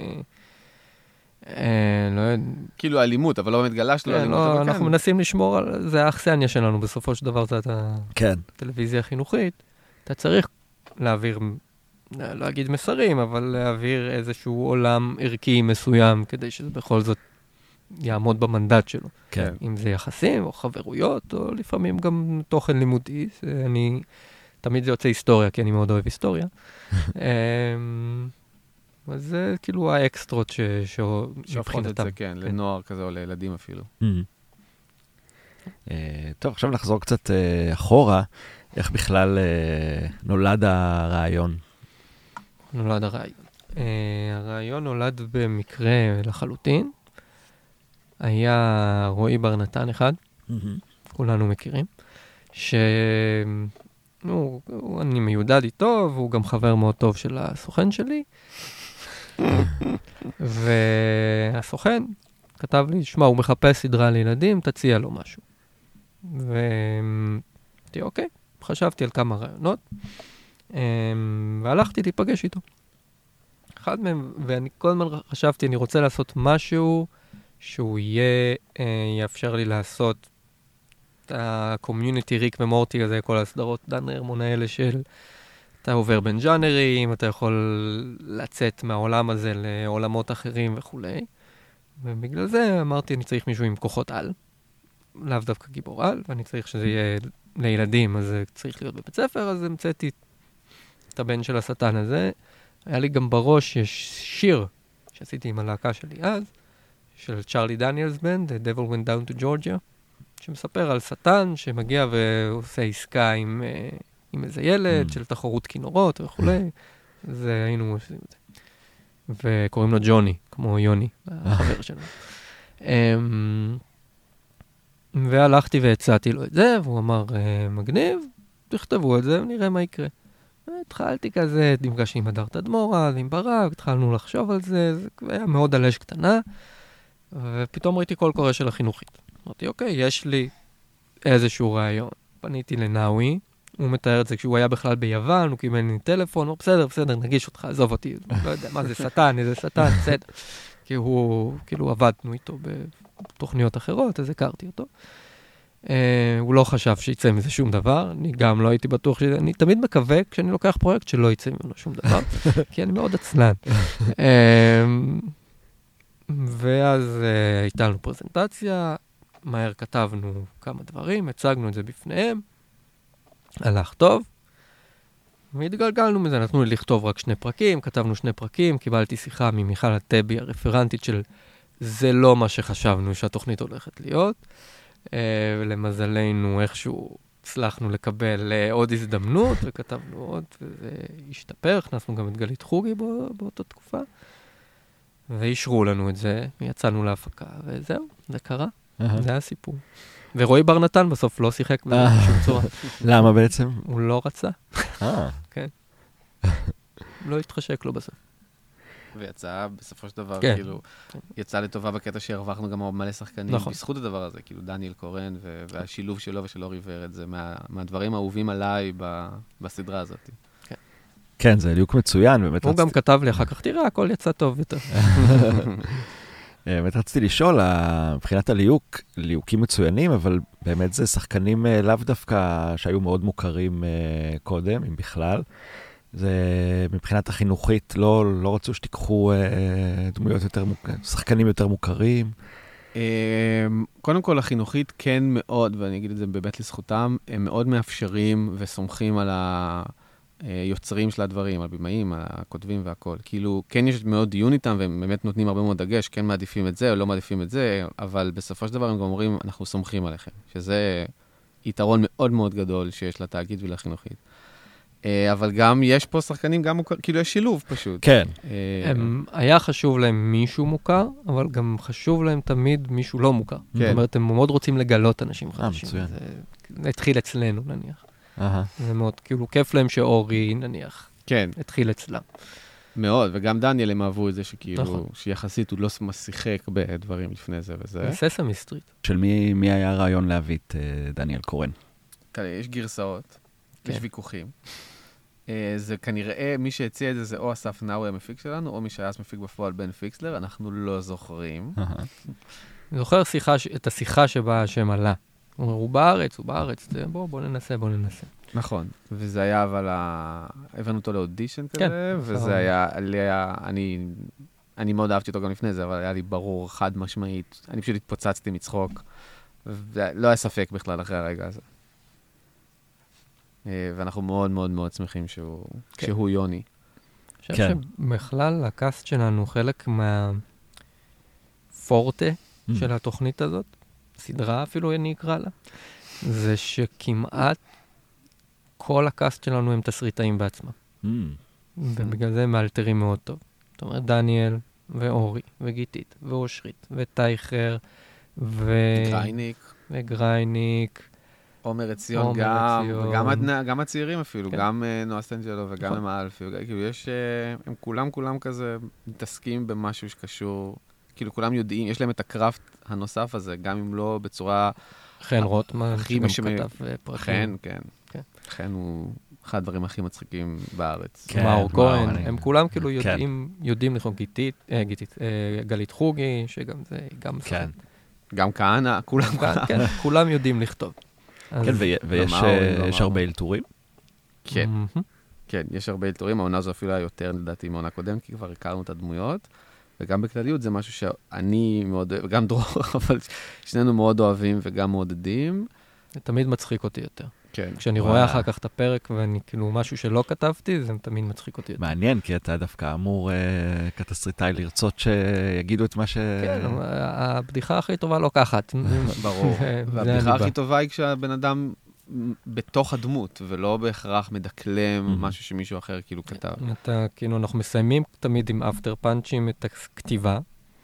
לא יודע. כאילו אלימות, אבל לא באמת גלשנו לאלימות. לא, אנחנו מנסים לשמור על זה האכסניה שלנו, בסופו של דבר זה הטלוויזיה החינוכית. אתה צריך להעביר, לא אגיד מסרים, אבל להעביר איזשהו עולם ערכי מסוים, כדי שזה בכל זאת יעמוד במנדט שלו. כן. אם זה יחסים, או חברויות, או לפעמים גם תוכן לימודי. תמיד זה יוצא היסטוריה, כי אני מאוד אוהב היסטוריה. אז זה כאילו האקסטרות שהופכות את זה, כן, לנוער כזה או לילדים אפילו. טוב, עכשיו נחזור קצת אחורה. איך בכלל נולד הרעיון? נולד הרעיון. הרעיון נולד במקרה לחלוטין. היה רועי בר נתן אחד, כולנו מכירים, אני מיודד איתו, והוא גם חבר מאוד טוב של הסוכן שלי. והסוכן כתב לי, שמע, הוא מחפש סדרה לילדים, תציע לו משהו. ואמרתי, אוקיי, חשבתי על כמה רעיונות, והלכתי להיפגש איתו. אחד מהם, ואני כל הזמן חשבתי, אני רוצה לעשות משהו שהוא יאפשר לי לעשות את הקומיוניטי ריק ומורטי הזה, כל הסדרות דן הרמון האלה של אתה עובר בין ג'אנרים, אתה יכול לצאת מהעולם הזה לעולמות אחרים וכו'. ובגלל זה אמרתי, אני צריך מישהו עם כוחות על, לאו דווקא גיבור על, ואני צריך שזה יהיה לילדים, אז זה צריך להיות בבית ספר, אז המצאתי את הבן של השטן הזה. היה לי גם בראש, יש שיר שעשיתי עם הלהקה שלי אז, של צ'רלי דניאלס בנד, The Devil Went Down to Georgia, שמספר על שטן שמגיע ועושה עסקה עם איזה ילד של תחרות כינורות וכו'. אז היינו עושים את זה. וקוראים לו ג'וני, כמו יוני, החבר שלנו. והלכתי והצעתי לו את זה, והוא אמר, מגניב, תכתבו את זה ונראה מה יקרה. התחלתי כזה, נפגשתי עם הדר תדמורה, עם ברק, התחלנו לחשוב על זה, זה היה מאוד על אש קטנה, ופתאום ראיתי קול קורא של החינוכית. אמרתי, אוקיי, יש לי איזשהו רעיון. פניתי לנאווי, הוא מתאר את זה כשהוא היה בכלל ביוון, הוא קיבל לי טלפון, הוא בסדר, נגיש אותך, עזוב אותי, לא יודע, מה זה שטן, איזה שטן, בסדר. כי הוא, כאילו, עבדנו איתו בתוכניות אחרות, אז הכרתי אותו. הוא לא חשב שיצא מזה שום דבר, אני גם לא הייתי בטוח אני תמיד מקווה כשאני לוקח פרויקט שלא יצא ממנו שום דבר, כי אני מאוד עצלן. ואז הייתה לנו פרזנטציה, מהר כתבנו כמה דברים, הצגנו את זה בפניהם, הלך טוב, והתגלגלנו מזה, נתנו לי לכתוב רק 2 פרקים, כתבנו 2 פרקים, קיבלתי שיחה ממיכל הטבי, הרפרנטית של זה לא מה שחשבנו שהתוכנית הולכת להיות, ולמזלנו איכשהו הצלחנו לקבל עוד הזדמנות, וכתבנו עוד, וזה השתפר, הכנסנו גם את גלית חוגי באותה תקופה, ואישרו לנו את זה, יצאנו להפקה, וזהו, זה קרה, זה היה הסיפור. ורועי בר נתן בסוף לא שיחק בשום צורה. למה בעצם? הוא לא רצה. כן. לא התחשק לו בסוף. ויצא בסופו של דבר, כאילו, יצא לטובה בקטע שהרווחנו גם מלא שחקנים, בזכות הדבר הזה, כאילו דניאל קורן והשילוב שלו ושל אורי ורד, זה מהדברים האהובים עליי בסדרה הזאת. כן, זה ליהוק מצוין. הוא גם כתב לי אחר כך, תראה, הכל יצא טוב יותר. באמת רציתי לשאול, מבחינת ליהוקים מצוינים, אבל באמת זה שחקנים לאו דווקא שהיו מאוד מוכרים קודם, אם בכלל. זה מבחינת החינוכית, לא רצו שתיקחו דמויות יותר שחקנים יותר מוכרים. קודם כל, החינוכית כן מאוד, ואני אגיד את זה באמת לזכותם, הם מאוד מאפשרים וסומכים על היוצרים של הדברים, על בימאים, על הכותבים והכל. כאילו, כן יש מאוד דיון איתם, והם באמת נותנים הרבה מאוד דגש, כן מעדיפים את זה או לא מעדיפים את זה, אבל בסופו של דבר הם גם אומרים, אנחנו סומכים עליכם, שזה יתרון מאוד מאוד גדול שיש לתאגיד ולחינוכית. אבל גם יש פה שחקנים, גם כאילו יש שילוב פשוט. כן. היה חשוב להם מישהו מוכר, אבל גם חשוב להם תמיד מישהו לא מוכר. זאת אומרת, הם מאוד רוצים לגלות אנשים חדשים. זה התחיל אצלנו, נניח. זה מאוד, כאילו, כיף להם שאורי, נניח, התחיל אצלם. מאוד, וגם דניאל הם אהבו את זה שכאילו, שיחסית הוא לא שיחק בדברים לפני זה וזה. ססמי סטריט. של מי היה הרעיון להביא את דניאל קורן? יש גרסאות, יש ויכוחים. זה כנראה, מי שהציע את זה, זה או אסף נאווי המפיק שלנו, או מי שהיה אז מפיק בפועל בן פיקסלר, אנחנו לא זוכרים. אני זוכר את השיחה שבה השם עלה. הוא בארץ, בוא ננסה. נכון, וזה היה, אבל הבאנו אותו לאודישן כזה, וזה היה, אני מאוד אהבתי אותו גם לפני זה, אבל היה לי ברור, חד משמעית, אני פשוט התפוצצתי מצחוק, ולא היה ספק בכלל אחרי הרגע הזה. ואנחנו מאוד מאוד מאוד שמחים שהוא יוני. אני חושב שבכלל הקאסט שלנו חלק מהפורטה של התוכנית הזאת, סדרה אפילו אני אקרא לה, זה שכמעט כל הקאסט שלנו הם תסריטאים בעצמם. ובגלל זה הם מאלתרים מאוד טוב. זאת אומרת, דניאל ואורי וגיטית ואושרית וטייכר וגרייניק. עומר עציון גם הצעירים אפילו, גם נועה סטנג'לו וגם עם האלפי. כאילו הם כולם כזה מתעסקים במשהו שקשור, כאילו כולם יודעים, יש להם את הקראפט הנוסף הזה, גם אם לא בצורה... חן רוטמן, שגם כתב פרקים. כן. חן הוא אחד הדברים הכי מצחיקים בארץ. מאור כהן, הם כולם כאילו יודעים לכם גלית חוגי, שגם זה, גם כהנא, כולם יודעים לכתוב. כן, ויש הרבה אלתורים? כן, יש הרבה אלתורים, העונה הזו אפילו היה יותר לדעתי מעונה קודם, כי כבר הכרנו את הדמויות, וגם בכלליות זה משהו שאני מאוד, וגם דרור, אבל שנינו מאוד אוהבים וגם מעודדים. זה תמיד מצחיק אותי יותר. כן. כשאני רואה אחר כך את הפרק, ואני כאילו משהו שלא כתבתי, זה תמיד מצחיק אותי יותר. מעניין, כי אתה דווקא אמור כתסריטאי לרצות שיגידו את מה ש... כן, הבדיחה הכי טובה לא כחת. ברור. והבדיחה הכי טובה היא כשהבן אדם בתוך הדמות, ולא בהכרח מדקלם משהו שמישהו אחר כאילו כתב. כאילו, אנחנו מסיימים תמיד עם אפטר פאנצ'ים את הכתיבה,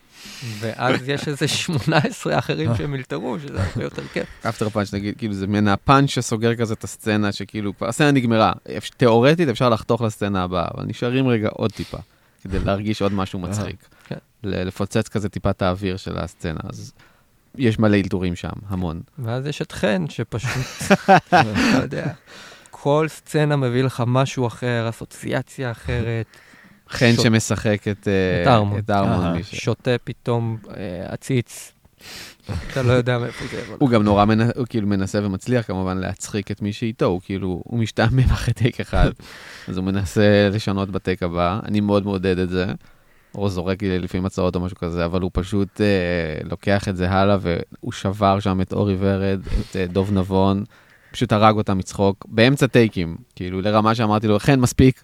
ואז יש איזה 18 אחרים שהם ילתרו, שזה הרבה יותר כיף. אפטר פאנץ' נגיד, כאילו זה מן הפאנץ' שסוגר כזה את הסצנה, שכאילו כבר הסצנה נגמרה. תיאורטית אפשר לחתוך לסצנה הבאה, אבל נשארים רגע עוד טיפה, כדי להרגיש עוד משהו מצחיק. לפוצץ כזה טיפת האוויר של הסצנה, אז יש מלא אלתורים שם, המון. ואז יש את חן, שפשוט, לא יודע, כל סצנה מביא לך משהו אחר, אסוציאציה אחרת. חן שמשחק את ארמון. שותה פתאום עציץ. אתה לא יודע מאיפה זה. הוא גם נורא מנסה ומצליח כמובן להצחיק את מי שאיתו. הוא כאילו, הוא משתעמם אחרי טייק אחד. אז הוא מנסה לשנות בטייק הבא. אני מאוד מעודד את זה. או זורק לי לפעמים הצעות או משהו כזה, אבל הוא פשוט לוקח את זה הלאה, והוא שבר שם את אורי ורד, את דוב נבון. פשוט הרג אותה מצחוק. באמצע טייקים. כאילו, לרמה שאמרתי לו, חן, מספיק.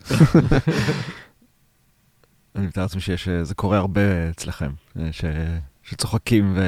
אני מתאר לעצמי שזה קורה הרבה אצלכם, שצוחקים ו...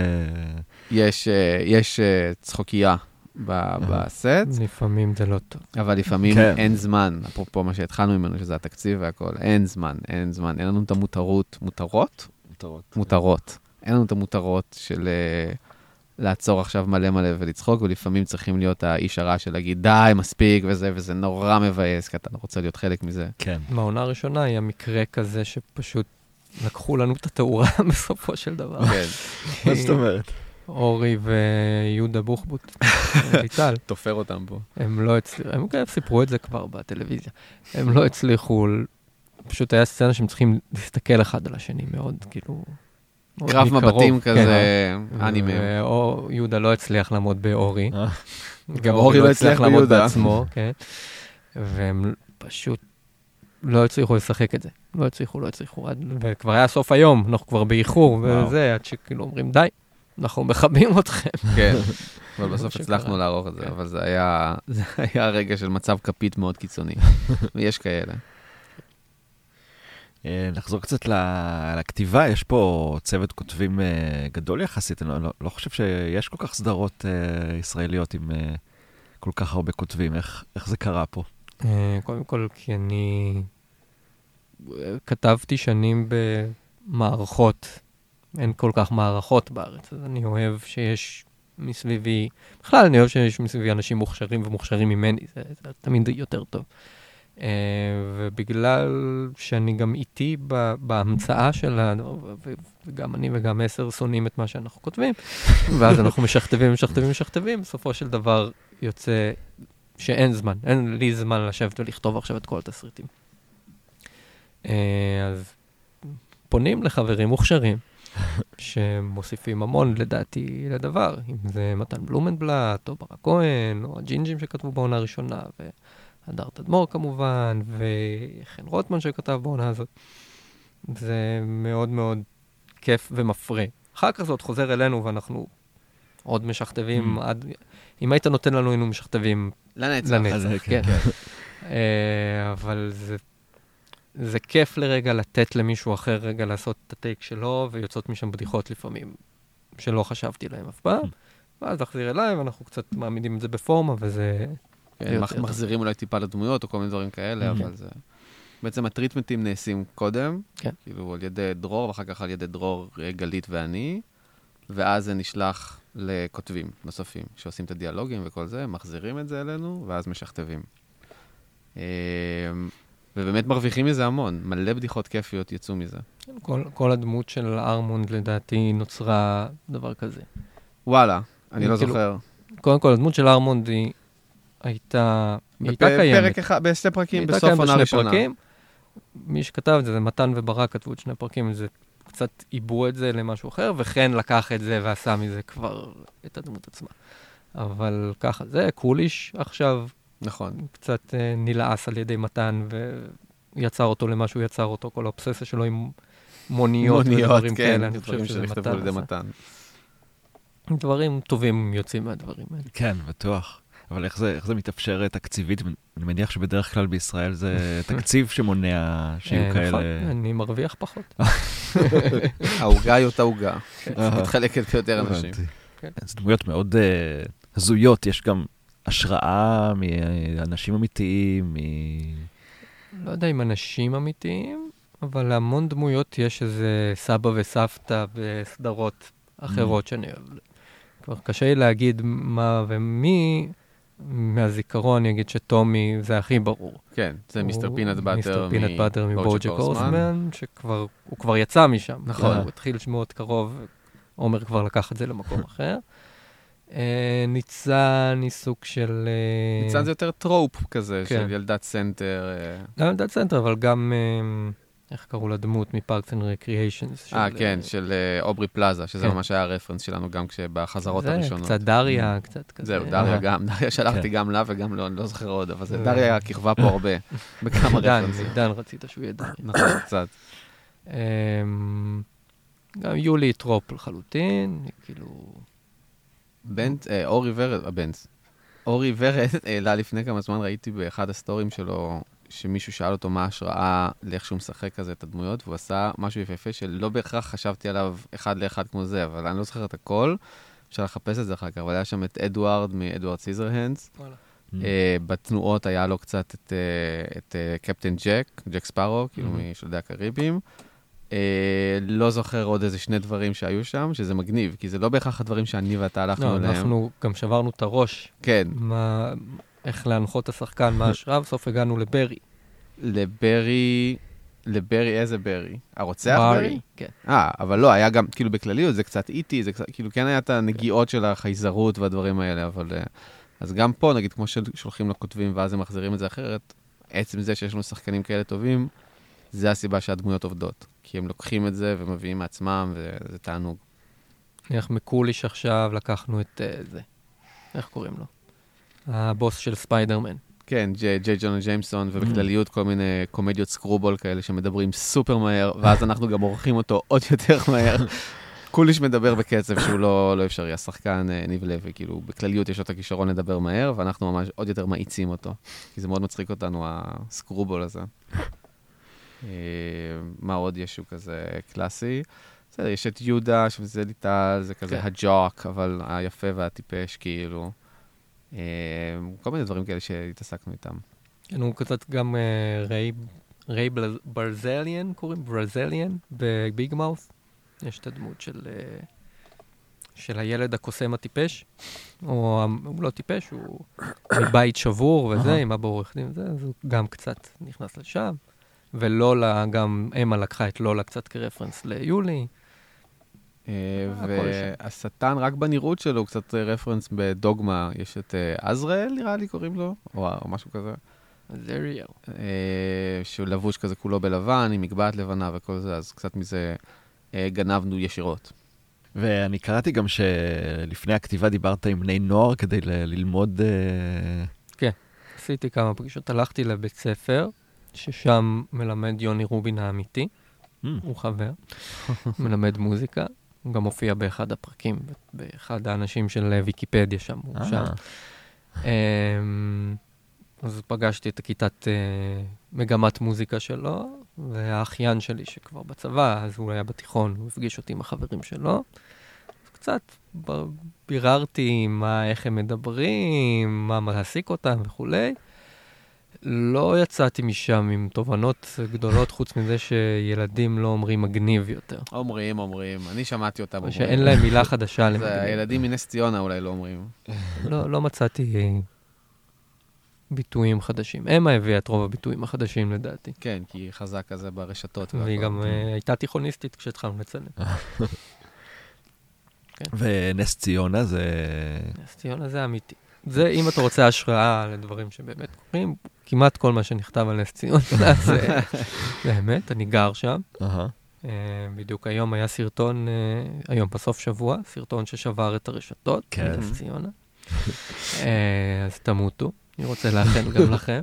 יש צחוקייה בסט. לפעמים זה לא טוב. אבל לפעמים אין זמן, אפרופו מה שהתחלנו ממנו, שזה התקציב והכל, אין זמן. אין לנו את המותרות, מותרות. אין לנו את המותרות של לעצור עכשיו מלא ולצחוק, ולפעמים צריכים להיות האיש הרע של להגיד, די, מספיק, וזה נורא מבאס, כי אתה רוצה להיות חלק מזה. כן. מהעונה הראשונה היה מקרה כזה שפשוט לקחו לנו את התאורה בסופו של דבר. כן. מה זאת אומרת? אורי ויהודה בוחבוט, ליטל. תופר אותם פה. הם לא הצליחו, הם סיפרו את זה כבר בטלוויזיה. הם לא הצליחו, פשוט היה סצנה שהם צריכים להסתכל אחד על השני מאוד, כאילו... קרב מבטים כזה, אנימה. או יהודה לא הצליח לעמוד באורי. גם אורי לא הצליח לעמוד בעצמו, כן. והם פשוט לא הצליחו לשחק את זה. לא הצליחו. וכבר היה סוף היום, אנחנו כבר באיחור, וזה, עד שכאילו אומרים, די, אנחנו מכבים אתכם. כן, אבל בסוף הצלחנו לערוך את זה, אבל זה היה רגע של מצב כפית מאוד קיצוני. ויש כאלה. נחזור קצת לכתיבה, יש פה צוות כותבים גדול יחסית, אני לא חושב שיש כל כך סדרות ישראליות עם כל כך הרבה כותבים, איך זה קרה פה? קודם כל, כי אני כתבתי שנים במערכות, אין כל כך מערכות בארץ, אז אני אוהב שיש מסביבי, בכלל אני אוהב שיש מסביבי אנשים מוכשרים ומוכשרים ממני, זה תמיד יותר טוב. ובגלל שאני גם איתי בהמצאה שלה, וגם אני וגם 10 שונאים את מה שאנחנו כותבים, ואז אנחנו משכתבים, בסופו של דבר יוצא שאין זמן, אין לי זמן לשבת ולכתוב עכשיו את כל התסריטים. אז פונים לחברים מוכשרים, שמוסיפים המון לדעתי לדבר, אם זה מתן בלומנבלט, או ברק כהן, או הג'ינג'ים שכתבו בעונה הראשונה, הדר תדמור כמובן, וחן רוטמן שכתב בעונה הזאת. זה מאוד מאוד כיף ומפרה. אחר כך זה עוד חוזר אלינו, ואנחנו עוד משכתבים עד... אם היית נותן לנו, היינו משכתבים לנצח. כן. אבל זה כיף לרגע לתת למישהו אחר רגע לעשות את הטייק שלו, ויוצאות משם בדיחות לפעמים שלא חשבתי להם אף פעם. ואז להחזיר אליי, ואנחנו קצת מעמידים את זה בפורמה, וזה... כן, מחזירים אולי טיפה לדמויות, או כל מיני דברים כאלה, אבל זה... בעצם הטריטמנטים נעשים קודם, כאילו על ידי דרור, ואחר כך על ידי דרור, גלית ואני, ואז זה נשלח לכותבים נוספים, שעושים את הדיאלוגים וכל זה, מחזירים את זה אלינו, ואז משכתבים. ובאמת מרוויחים מזה המון, מלא בדיחות כיפיות יצאו מזה. כל הדמות של ארמונד לדעתי נוצרה דבר כזה. וואלה, אני לא זוכר. קודם כל, הדמות של ארמונד היא הייתה קיימת. בפרק אחד, בשני פרקים, בסוף עונה ראשונה. מי שכתב את זה, זה מתן וברק כתבו את שני פרקים, זה קצת עיבו את זה למשהו אחר, וכן לקח את זה ועשה מזה כבר את הדמות עצמה. אבל ככה, זה קוליש עכשיו. נכון. קצת נלעס על ידי מתן, ויצר אותו למה שהוא יצר אותו, כל האובססיה שלו עם מוניות ודברים כאלה. אני חושב שזה מתן. דברים טובים יוצאים מהדברים האלה. כן, בטוח. אבל איך זה מתאפשר תקציבית? אני מניח שבדרך כלל בישראל זה תקציב שמונע שיהיו כאלה... נכון, אני מרוויח פחות. ההוגה היא אותה הוגה. מתחלקת ביותר אנשים. זה דמויות מאוד הזויות, יש גם השראה מאנשים אמיתיים, לא יודע אם אנשים אמיתיים, אבל להמון דמויות יש איזה סבא וסבתא בסדרות אחרות שאני אוהב. כבר קשה לי להגיד מה ומי, מהזיכרון אני אגיד שטומי זה הכי ברור. כן, זה מיסטר פינט באטר מבוג'ק הורסמן, שהוא כבר יצא משם. נכון. הוא התחיל מאוד קרוב, עומר כבר לקח את זה למקום אחר. ניצן היא סוג של... ניצן זה יותר טרופ כזה, של ילדת סנטר. גם ילדת סנטר, אבל גם, איך קראו לדמות מפארקס אנד רקריאיישנס. כן, של אוברי פלאזה, שזה ממש היה הרפרנס שלנו גם כשבחזרות הראשונות. קצת דריה, קצת כזה. זהו, דריה גם, דריה שלחתי גם לה וגם לא, אני לא זוכר עוד, אבל זה דריה כיכבה פה הרבה, בכמה רפרנסים. דן רצית שהוא יהיה דריה. נכון, קצת. גם יולי טרופ לחלוטין, כאילו... אורי ורד העלה לפני כמה זמן, ראיתי באחד הסטורים שלו, שמישהו שאל אותו מה ההשראה לאיך שהוא משחק כזה את הדמויות, והוא עשה משהו יפה שלא בהכרח חשבתי עליו אחד לאחד כמו זה, אבל אני לא זוכר את הכל, אפשר לחפש את זה אחר כך, אבל היה שם את אדוארד מאדוארד סיזרהנדס, בתנועות היה לו קצת את קפטן ג'ק ספארו, כאילו משלדי הקריבים, לא זוכר עוד איזה שני דברים שהיו שם, שזה מגניב, כי זה לא בהכרח הדברים שאני ואתה הלכנו אליהם. אנחנו גם שברנו את הראש. כן. איך להנחות את השחקן, מה ההשראה, בסוף הגענו לברי. לברי, איזה ברי? הרוצח ברי? כן. אבל לא, היה גם, כאילו בכלליות, זה קצת איטי, זה קצת, כאילו כן היה את הנגיעות של החייזרות והדברים האלה, אבל... אז גם פה, נגיד, כמו ששולחים לכותבים ואז הם מחזירים את זה אחרת, עצם זה שיש לנו שחקנים כאלה טובים, זה הסיבה שהדמויות עובדות. כי הם לוקחים את זה ומביאים מעצמם, וזה תענוג. איך מקוליש עכשיו לקחנו את זה. איך קוראים לו? הבוס של ספיידרמן. כן, ג'יי ג'ונה ג'יימסון, ובכלליות כל מיני קומדיות סקרובול כאלה שמדברים סופר מהר, ואז אנחנו גם עורכים אותו עוד יותר מהר. קוליש מדבר בקצב שהוא לא אפשרי, השחקן ניב לוי, כאילו בכלליות יש לו את הכישרון לדבר מהר, ואנחנו ממש עוד יותר מאיצים אותו, כי זה מאוד מצחיק אותנו, הסקרובול הזה. מה עוד ישו כזה קלאסי? בסדר, יש את יהודה, שזה ליטל, זה כזה הג'וק, אבל היפה והטיפש, כאילו. כל מיני דברים כאלה שהתעסקנו איתם. כן, הוא קצת גם ריי ברזליאן, קוראים ברזליאן, בביג מאוס. יש את הדמות של הילד הקוסם הטיפש, או הוא לא טיפש, הוא מבית שבור וזה, עם אבא עורך דין וזה, אז הוא גם קצת נכנס לשם. ולולה, גם אמה לקחה את לולה קצת כרפרנס ליולי. והשטן רק בנראות שלו, הוא קצת רפרנס בדוגמה, יש את עזראל, נראה לי קוראים לו, או משהו כזה. זריאל. שהוא לבוש כזה כולו בלבן, עם מגבעת לבנה וכל זה, אז קצת מזה גנבנו ישירות. ואני קראתי גם שלפני הכתיבה דיברת עם בני נוער כדי ללמוד... כן, עשיתי כמה פגישות, הלכתי לבית ספר, ששם מלמד יוני רובין האמיתי, הוא חבר, מלמד מוזיקה, הוא גם הופיע באחד הפרקים, באחד האנשים של ויקיפדיה שם, הוא שם. אז פגשתי את הכיתת מגמת מוזיקה שלו, והאחיין שלי שכבר בצבא, אז הוא היה בתיכון, הוא הפגיש אותי עם החברים שלו. אז קצת ביררתי איך הם מדברים, מה מעסיק אותם וכולי. לא יצאתי משם עם תובנות גדולות, חוץ מזה שילדים לא אומרים מגניב יותר. אומרים. אני שמעתי אותם אומרים. שאין להם מילה חדשה למגניב. זה הילדים מנס ציונה אולי לא אומרים. לא מצאתי ביטויים חדשים. אמה הביאה את רוב הביטויים החדשים לדעתי. כן, כי היא חזק כזה ברשתות. והיא גם הייתה תיכוניסטית כשהתחלנו לצלם. ונס ציונה זה... נס ציונה זה אמיתי. זה, אם אתה רוצה השראה לדברים שבאמת קורים, כמעט כל מה שנכתב על נס ציונה, זה באמת, אני גר שם. בדיוק היום היה סרטון, היום בסוף שבוע, סרטון ששבר את הרשתות, נס ציונה. אז תמותו, אני רוצה לאחל גם לכם.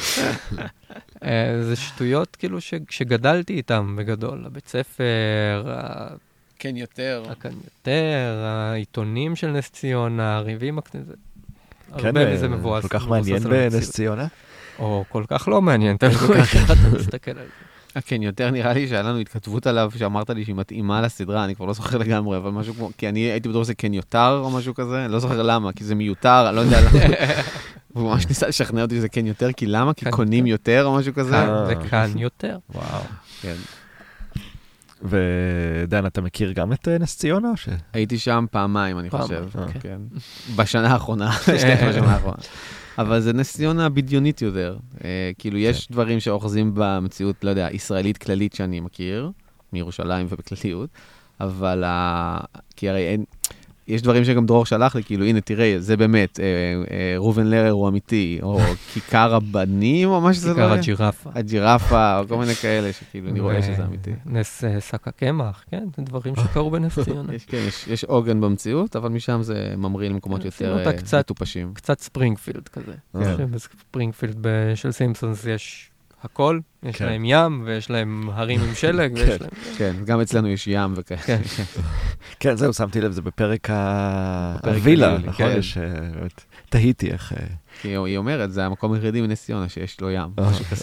זה שטויות כאילו שגדלתי איתם בגדול, הבית ספר, כן יותר. הכאן יותר, העיתונים של נס ציונה, הריבים הכנזה. הרבה מזה מבואס. כל כך מעניין בנס ציונה? או כל כך לא מעניין, תלוי איך אתה מסתכל על זה. כן, יותר נראה לי שהיה לנו התכתבות עליו, שאמרת לי שהיא מתאימה לסדרה, אני כבר לא זוכר לגמרי, אבל משהו כמו, כי אני הייתי בטוח שזה כן יותר או משהו כזה, לא זוכר למה, כי זה מיותר, אני לא יודע למה. הוא ממש ניסה לשכנע אותי שזה כן יותר, כי למה? כי קונים יותר או משהו כזה? זה כאן יותר. וואו. כן. ודן, אתה מכיר גם את נס ציונה? הייתי שם פעמיים, אני חושב. כן. בשנה האחרונה, בשנה האחרונה. אבל זה נס ציונה בדיונית יותר. כאילו, יש דברים שאוחזים במציאות, לא יודע, ישראלית כללית שאני מכיר, מירושלים ובכלליות, אבל כי הרי אין... יש דברים שגם דרור שלח לי, כאילו, הנה, תראה, זה באמת, רובן לרר הוא אמיתי, או כיכר הבנים, או מה שזה לא כיכר הג'ירפה. הג'ירפה, או כל מיני כאלה, שכאילו, אני רואה שזה אמיתי. נס שק הקמח, כן, זה דברים שקרו בנס ציונה. יש עוגן במציאות, אבל משם זה ממריא למקומות יותר מטופשים. קצת ספרינגפילד כזה. בספרינגפילד של סימפסונס יש הכל, יש להם ים, ויש להם הרים עם שלג, ויש להם... כן, גם אצלנו יש ים וכאלה. כן, זהו, שמתי לב, זה בפרק הווילה, נכון? תהיתי איך... כי היא אומרת, זה המקום היחידי מנס ציונה שיש לו ים, משהו כזה.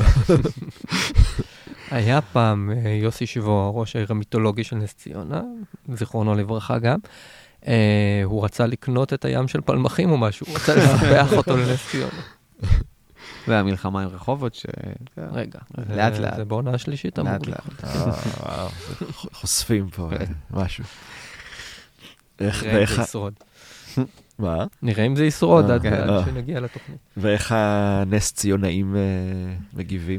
היה פעם יוסי שבו, ראש העיר המיתולוגי של נס ציונה, זיכרונו לברכה גם, הוא רצה לקנות את הים של פלמחים או משהו, הוא רצה לספח אותו לנס ציונה. והמלחמה עם רחובות ש... רגע, לאט לאט. זה בעונה השלישית אמור לקרות. חושפים פה משהו. נראה אם זה ישרוד. מה? נראה אם זה ישרוד עד שנגיע לתוכנית. ואיך הנס ציונאים מגיבים?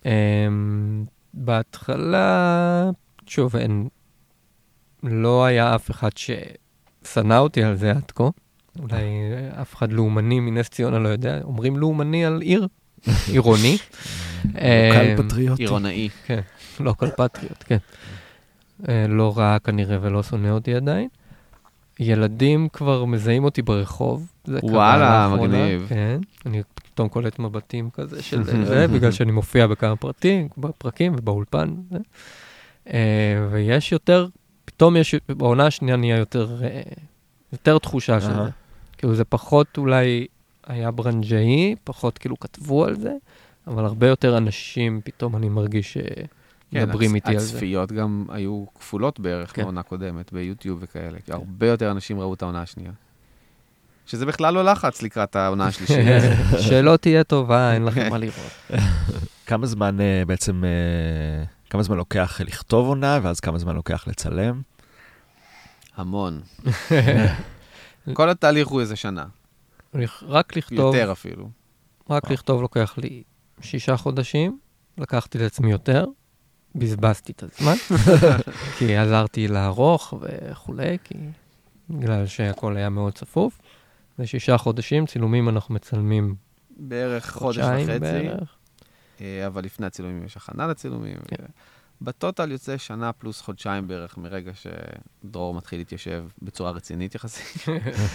בהתחלה, שוב, לא היה אף אחד ששנא אותי על זה עד כה. אולי אף אחד לאומני מנס ציונה לא יודע. אומרים לאומני על עיר, עירוני. לוקל פטריוטי. עירונאי. כן, לוקל פטריוט, כן. לא רע כנראה ולא שונא אותי עדיין. ילדים כבר מזהים אותי ברחוב. וואלה, מגניב. כן, אני פתאום קולט מבטים כזה של זה, בגלל שאני מופיע בכמה פרקים ובאולפן. ויש יותר, פתאום יש, בעונה השנייה נהיה יותר תחושה של זה. כאילו זה פחות אולי היה ברנג'אי, פחות כאילו כתבו על זה, אבל הרבה יותר אנשים פתאום אני מרגיש מדברים איתי על זה. הצפיות גם היו כפולות בערך בעונה קודמת, ביוטיוב וכאלה. הרבה יותר אנשים ראו את העונה השנייה. שזה בכלל לא לחץ לקראת העונה השלישית. שלא תהיה טובה, אין לכם מה לראות. כמה זמן בעצם, כמה זמן לוקח לכתוב עונה, ואז כמה זמן לוקח לצלם? המון. כל התהליך הוא איזה שנה. רק לכתוב... יותר אפילו. רק לכתוב לוקח לי 6 חודשים, לקחתי לעצמי יותר, בזבזתי את הזמן, כי עזרתי לערוך וכולי, כי בגלל שהכל היה מאוד צפוף. זה 6 חודשים, צילומים אנחנו מצלמים בערך חודש וחצי, אבל לפני הצילומים יש הכנה לצילומים. בטוטל יוצא שנה פלוס חודשיים בערך מרגע שדרור מתחיל להתיישב בצורה רצינית יחסית,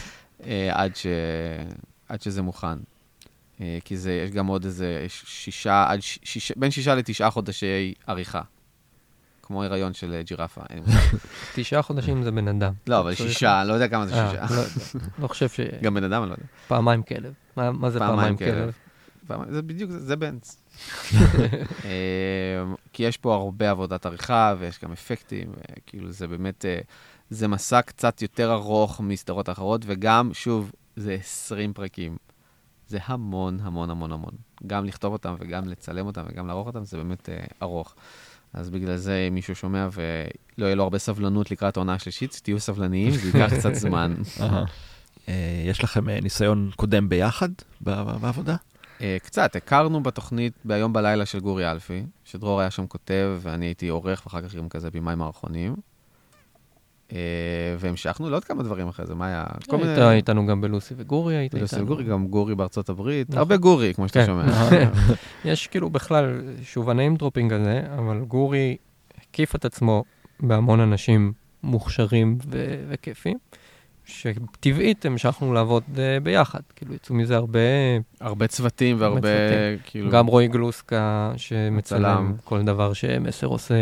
עד שזה מוכן. כי יש גם עוד איזה בין 6 ל9 חודשי עריכה. כמו הריון של ג'ירפה. 9 חודשים זה בן אדם. לא, אבל 6, לא יודע כמה זה 6. לא חושב ש... גם בן אדם, אני לא יודע. פעמיים כלב. מה זה פעמיים כלב? זה בדיוק, זה בנץ. כי יש פה הרבה עבודת עריכה, ויש גם אפקטים, כאילו זה באמת, זה מסע קצת יותר ארוך מסדרות אחרות, וגם, שוב, זה 20 פרקים. זה המון, המון, המון, המון. גם לכתוב אותם וגם לצלם אותם וגם לערוך אותם, זה באמת ארוך. אז בגלל זה מישהו שומע ולא יהיה לו הרבה סבלנות לקראת העונה השלישית, תהיו סבלניים, זה ייקח קצת זמן. יש לכם ניסיון קודם ביחד בעבודה? קצת, הכרנו בתוכנית ביום בלילה של גורי אלפי, שדרור היה שם כותב, ואני הייתי עורך, ואחר כך גם כזה במאי מערכונים. והמשכנו לעוד כמה דברים אחרי זה, מה היה? הייתה איתנו גם בלוסי וגורי, היית איתנו. בלוסי וגורי, גם גורי בארצות הברית, הרבה גורי, כמו שאתה שומע. יש כאילו בכלל, שוב, הנעים דרופינג הזה, אבל גורי הקיף את עצמו בהמון אנשים מוכשרים וכיפים, שטבעית המשכנו לעבוד ביחד, כאילו יצאו מזה הרבה צוותים והרבה, כאילו... גם רוי גלוסקה, שמצלם כל דבר שמסר עושה,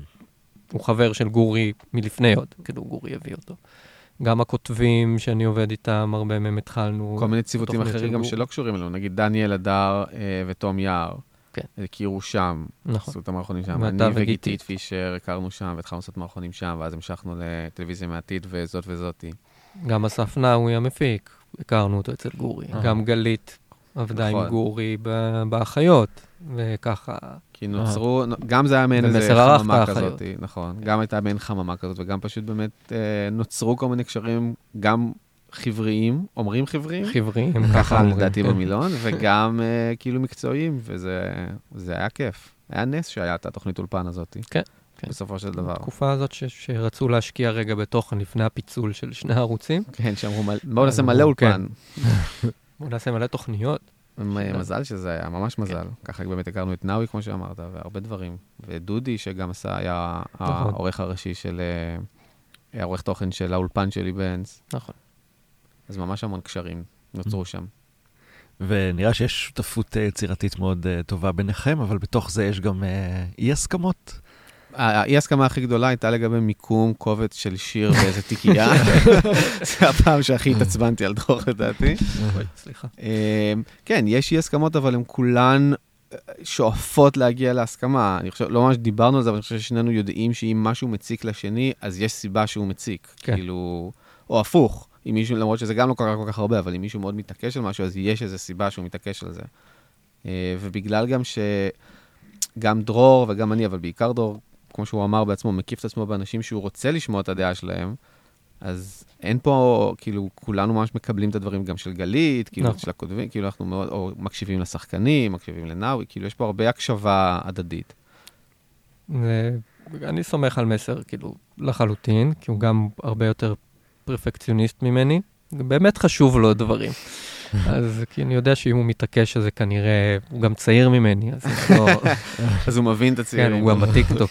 הוא חבר של גורי מלפני עוד, כאילו גורי הביא אותו. גם הכותבים שאני עובד איתם, הרבה מהם התחלנו. כל מיני ציוותים אחרים גם שלא קשורים אלינו, נגיד דניאל הדר ותום יער. כן. הכירו שם, נכון. עשו את המערכונים שם. אני וגיתית פישר הכרנו שם, והתחלנו לעשות מערכונים שם, ואז המשכנו לטלוויזיה מהעתיד וזאת וזאתי. גם אסף נאווי המפיק, הכרנו אותו אצל גורי. גם גלית עבדה עם גורי באחיות, וככה... כי נוצרו, גם זה היה מעין איזה חממה כזאת, נכון. גם הייתה מעין חממה כזאת, וגם פשוט באמת נוצרו כל מיני קשרים, גם חבריים, אומרים חבריים? חבריים, ככה לדעתי במילון, וגם כאילו מקצועיים, וזה היה כיף. היה נס שהיה את התוכנית אולפן הזאת. כן. בסופו של דבר. התקופה הזאת שרצו להשקיע רגע בתוכן לפני הפיצול של שני הערוצים. כן, שאמרו, בואו נעשה מלא אולפן. בואו נעשה מלא תוכניות. מזל שזה היה, ממש מזל. ככה באמת הכרנו את נאווי, כמו שאמרת, והרבה דברים. ודודי, שגם היה העורך הראשי של, העורך תוכן של האולפן שלי בנס. נכון. אז ממש המון קשרים נוצרו שם. ונראה שיש שותפות יצירתית מאוד טובה ביניכם, אבל בתוך זה יש גם אי-הסכמות. האי-הסכמה הכי גדולה הייתה לגבי מיקום קובץ של שיר באיזה תיקייה. זה הפעם שהכי התעצבנתי על דרור, לדעתי. סליחה. כן, יש אי-הסכמות, אבל הן כולן שואפות להגיע להסכמה. אני חושב, לא ממש דיברנו על זה, אבל אני חושב ששנינו יודעים שאם משהו מציק לשני, אז יש סיבה שהוא מציק. כאילו, או הפוך. אם מישהו, למרות שזה גם לא קרה כל כך הרבה, אבל אם מישהו מאוד מתעקש על משהו, אז יש איזו סיבה שהוא מתעקש על זה. ובגלל גם שגם דרור וגם אני, אבל בעיקר דרור, כמו שהוא אמר בעצמו, מקיף את עצמו באנשים שהוא רוצה לשמוע את הדעה שלהם, אז אין פה, כאילו, כולנו ממש מקבלים את הדברים גם של גלית, כאילו, של הכותבים, כאילו, אנחנו מאוד, או מקשיבים לשחקנים, מקשיבים לנאווי, כאילו, יש פה הרבה הקשבה הדדית. אני סומך על מסר, כאילו, לחלוטין, כי הוא גם הרבה יותר פרפקציוניסט ממני, באמת חשוב לו דברים. אז כי אני יודע שאם הוא מתעקש, אז זה כנראה, הוא גם צעיר ממני, אז לא... אז הוא מבין את הצעירים. כן, הוא גם בטיקטוק.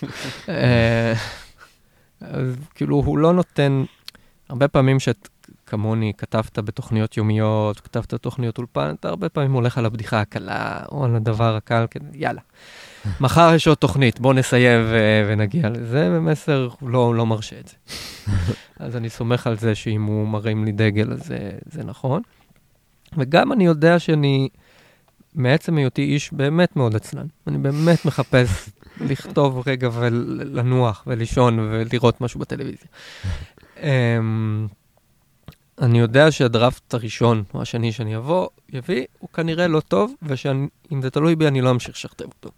אז כאילו, הוא לא נותן, הרבה פעמים שכמוני כתבת בתוכניות יומיות, כתבת תוכניות אולפן, אתה הרבה פעמים הולך על הבדיחה הקלה, או על הדבר הקל, יאללה. מחר יש עוד תוכנית, בוא נסיים ונגיע לזה, ומסר הוא לא מרשה את זה. אז אני סומך על זה שאם הוא מרים לי דגל, אז זה נכון. וגם אני יודע שאני, מעצם היותי איש באמת מאוד עצלן. אני באמת מחפש לכתוב רגע ולנוח ולישון ולראות משהו בטלוויזיה. אני יודע שהדראפט הראשון או השני שאני יביא, הוא כנראה לא טוב, ואם זה תלוי בי, אני לא אמשיך לשכתב אותו.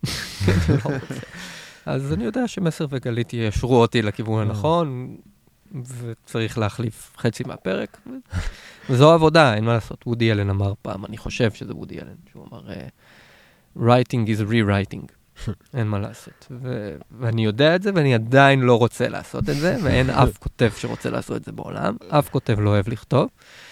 אז אני יודע שמסר וגלית ישרו אותי לכיוון הנכון, וצריך להחליף חצי מהפרק. וזו עבודה, אין מה לעשות. וודי אלן אמר פעם, אני חושב שזה וודי אלן, שהוא אמר, writing is rewriting. אין מה לעשות. ואני יודע את זה, ואני עדיין לא רוצה לעשות את זה, ואין אף כותב שרוצה לעשות את זה בעולם. אף כותב לא אוהב לכתוב.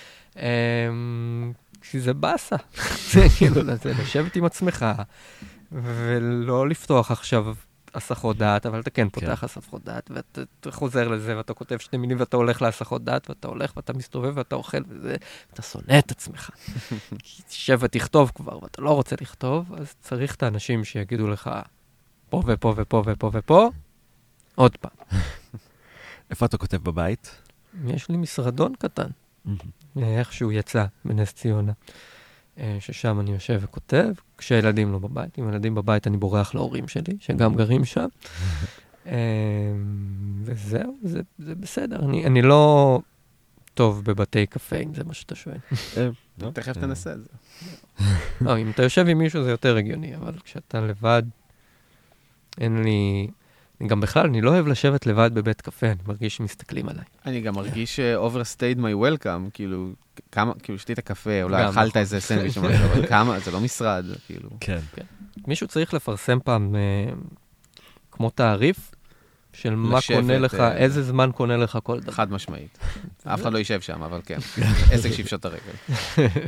כי זה בסה. זה כאילו, זה לשבת עם עצמך, ולא לפתוח עכשיו הסחות דעת, אבל אתה כן פותח הסחות דעת, ואתה חוזר לזה, ואתה כותב שני מילים, ואתה הולך להסחות דעת, ואתה הולך, ואתה מסתובב, ואתה אוכל, ואתה שונא את עצמך. כי תשב ותכתוב כבר, ואתה לא רוצה לכתוב, אז צריך את האנשים שיגידו לך, פה ופה ופה ופה ופה, עוד פעם. איפה אתה כותב בבית? יש לי משרדון קטן, איכשהו יצא בנס ציונה, ששם אני יושב וכותב, כשילדים לא בבית. עם ילדים בבית אני בורח להורים שלי, שגם גרים שם. וזהו, זה בסדר. אני לא טוב בבתי קפה, אם זה מה שאתה שואל. תכף תנסה את זה. לא, אם אתה יושב עם מישהו זה יותר הגיוני, אבל כשאתה לבד, אין לי... גם בכלל, אני לא אוהב לשבת לבד בבית קפה, אני מרגיש שמסתכלים עליי. אני גם מרגיש overstayed my welcome, כאילו, שתית קפה, אולי אכלת איזה סנדוויץ' או משהו, אבל כמה, זה לא משרד, כאילו. כן. מישהו צריך לפרסם פעם, כמו תעריף, של מה קונה לך, איזה זמן קונה לך כל דבר. חד משמעית. אף אחד לא יישב שם, אבל כן. עסק שיפשוט את הרגל.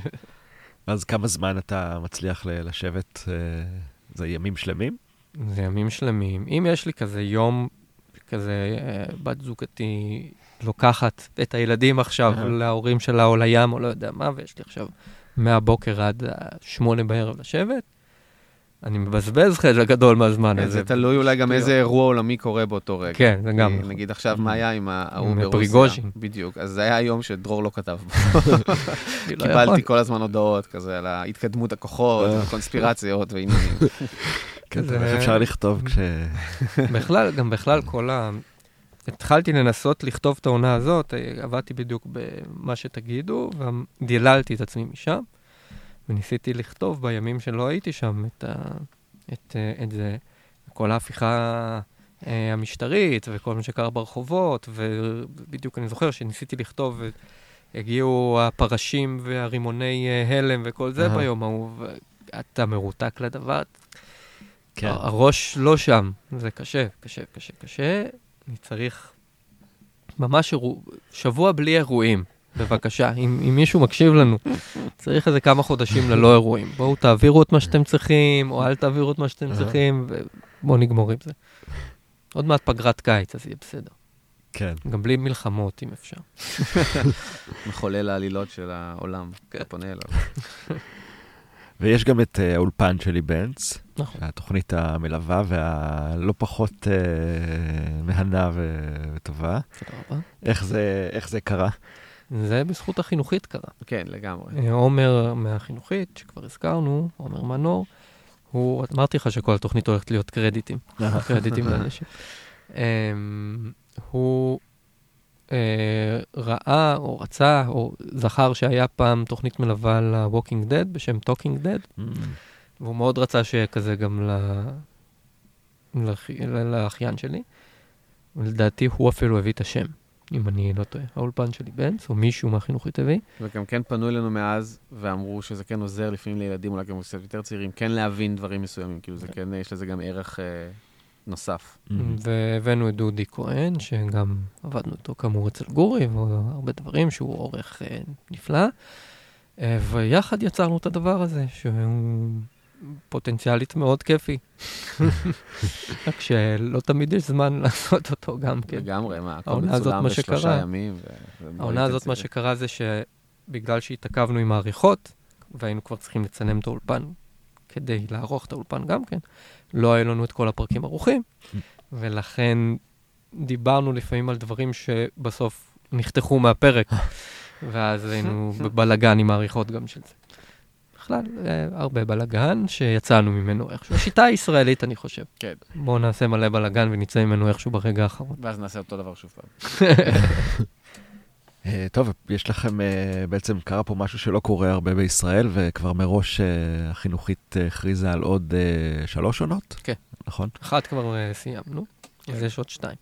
אז כמה זמן אתה מצליח לשבת? זה ימים שלמים? זה ימים שלמים. אם יש לי כזה יום, כזה בת זוגתי לוקחת את הילדים עכשיו להורים שלה או לים או לא יודע מה, ויש לי עכשיו מהבוקר עד 8 בערב לשבת, אני מבזבז חלק גדול מהזמן הזה. זה תלוי אולי גם איזה אירוע עולמי קורה באותו רגע. כן, זה גם. נגיד עכשיו מה היה עם ההוא ברוסיה. פריגוז'ין. בדיוק. אז זה היה יום שדרור לא כתב. קיבלתי כל הזמן הודעות כזה על ההתקדמות הכוחות, קונספירציות ועניינים. איך אפשר לכתוב כש... גם בכלל התחלתי לנסות לכתוב את העונה הזאת, עבדתי בדיוק במה שתגידו, ודיללתי את עצמי משם. וניסיתי לכתוב בימים שלא הייתי שם את זה, כל ההפיכה המשטרית וכל מה שקרה ברחובות, ובדיוק אני זוכר שניסיתי לכתוב, הגיעו הפרשים והרימוני הלם וכל זה ביום ההוא, ואתה מרותק לדבר. כן. הראש לא שם, זה קשה, קשה, קשה, קשה. אני צריך ממש שבוע בלי אירועים. בבקשה, אם מישהו מקשיב לנו, צריך איזה כמה חודשים ללא אירועים. בואו תעבירו את מה שאתם צריכים, או אל תעבירו את מה שאתם צריכים, ובואו נגמור עם זה. עוד מעט פגרת קיץ, אז יהיה בסדר. כן. גם בלי מלחמות, אם אפשר. מחולל העלילות של העולם, פונה אליו. ויש גם את האולפן שלי בנץ, נכון. התוכנית המלווה והלא פחות מהנה וטובה. תודה רבה. איך זה קרה? זה בזכות החינוכית קרה. כן, לגמרי. עומר מהחינוכית, שכבר הזכרנו, עומר מנור, אמרתי לך שכל התוכנית הולכת להיות קרדיטים. קרדיטים לאנשים. הוא ראה או רצה או זכר שהיה פעם תוכנית מלווה ל-Walking Dead בשם Talking Dead, והוא מאוד רצה שיהיה כזה גם לאחיין שלי, ולדעתי הוא אפילו הביא את השם. אם אני לא טועה, האולפן שלי בנץ, או מישהו מהחינוכית הביא. וגם כן פנו אלינו מאז, ואמרו שזה כן עוזר לפעמים לילדים, אולי גם קצת יותר צעירים, כן להבין דברים מסוימים, כאילו זה כן, יש לזה גם ערך נוסף. והבאנו את דודי כהן, שגם עבדנו אותו כאמור אצל גורי, והרבה דברים שהוא עורך נפלא, ויחד יצרנו את הדבר הזה, שהוא פוטנציאלית מאוד כיפי. רק שלא תמיד יש זמן לעשות אותו גם כן. לגמרי, מה, הכל מצולם בשלושה ימים. העונה הזאת, מה שקרה זה שבגלל שהתעכבנו עם העריכות, והיינו כבר צריכים לצלם את האולפן, כדי לערוך את האולפן גם כן, לא היה לנו את כל הפרקים ערוכים, ולכן דיברנו לפעמים על דברים שבסוף נחתכו מהפרק, ואז היינו בבלגן עם העריכות גם של זה. בכלל, הרבה בלגן שיצאנו ממנו איכשהו. השיטה הישראלית, אני חושב. כן. בואו נעשה מלא בלגן ונצא ממנו איכשהו ברגע האחרון. ואז נעשה אותו דבר שוב פעם. טוב, יש לכם, בעצם קרה פה משהו שלא קורה הרבה בישראל, וכבר מראש החינוכית הכריזה על עוד 3 עונות? כן. נכון? 1 כבר סיימנו, אז יש עוד 2.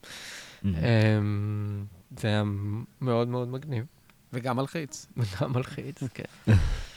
זה היה מאוד מאוד מגניב. וגם מלחיץ. וגם מלחיץ, כן.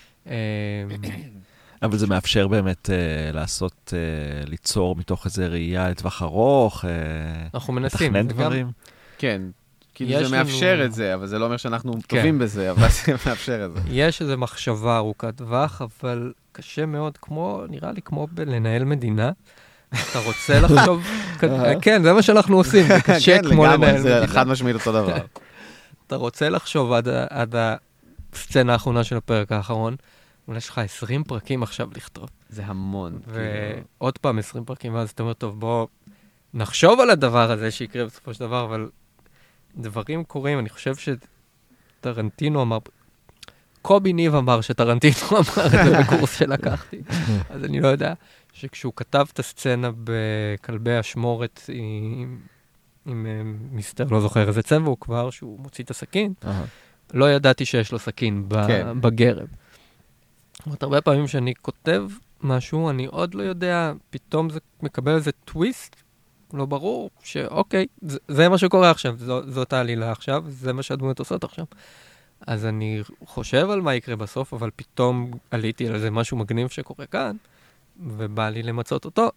אבל זה מאפשר באמת לעשות, ליצור מתוך איזה ראייה לטווח ארוך, אנחנו מנסים. לתכנן דברים. כן, כאילו זה מאפשר את זה, אבל זה לא אומר שאנחנו טובים בזה, אבל זה מאפשר את זה. יש איזו מחשבה ארוכת טווח, אבל קשה מאוד, נראה לי כמו לנהל מדינה. אתה רוצה לחשוב, כן, זה מה שאנחנו עושים, זה קשה כמו לנהל מדינה. זה חד משמעית אותו דבר. אתה רוצה לחשוב עד הסצנה האחרונה של הפרק האחרון, אולי יש לך 20 פרקים עכשיו לכתוב. זה המון. ועוד פעם 20 פרקים, ואז אתה אומר, טוב, בוא נחשוב על הדבר הזה שיקרה בסופו של דבר, אבל דברים קורים, אני חושב שטרנטינו אמר, קובי ניב אמר שטרנטינו אמר את זה בקורס שלקחתי. אז אני לא יודע שכשהוא כתב את הסצנה בכלבי השמורת עם מיסטר, לא זוכר איזה צבע הוא כבר, שהוא מוציא את הסכין. לא ידעתי שיש לו סכין בגרב. זאת אומרת, הרבה פעמים שאני כותב משהו, אני עוד לא יודע, פתאום זה מקבל איזה טוויסט, לא ברור, שאוקיי, זה מה שקורה עכשיו, זאת העלילה עכשיו, זה מה שהדמויות עושות עכשיו. אז אני חושב על מה יקרה בסוף, אבל פתאום עליתי על איזה משהו מגניב שקורה כאן, ובא לי למצות אותו.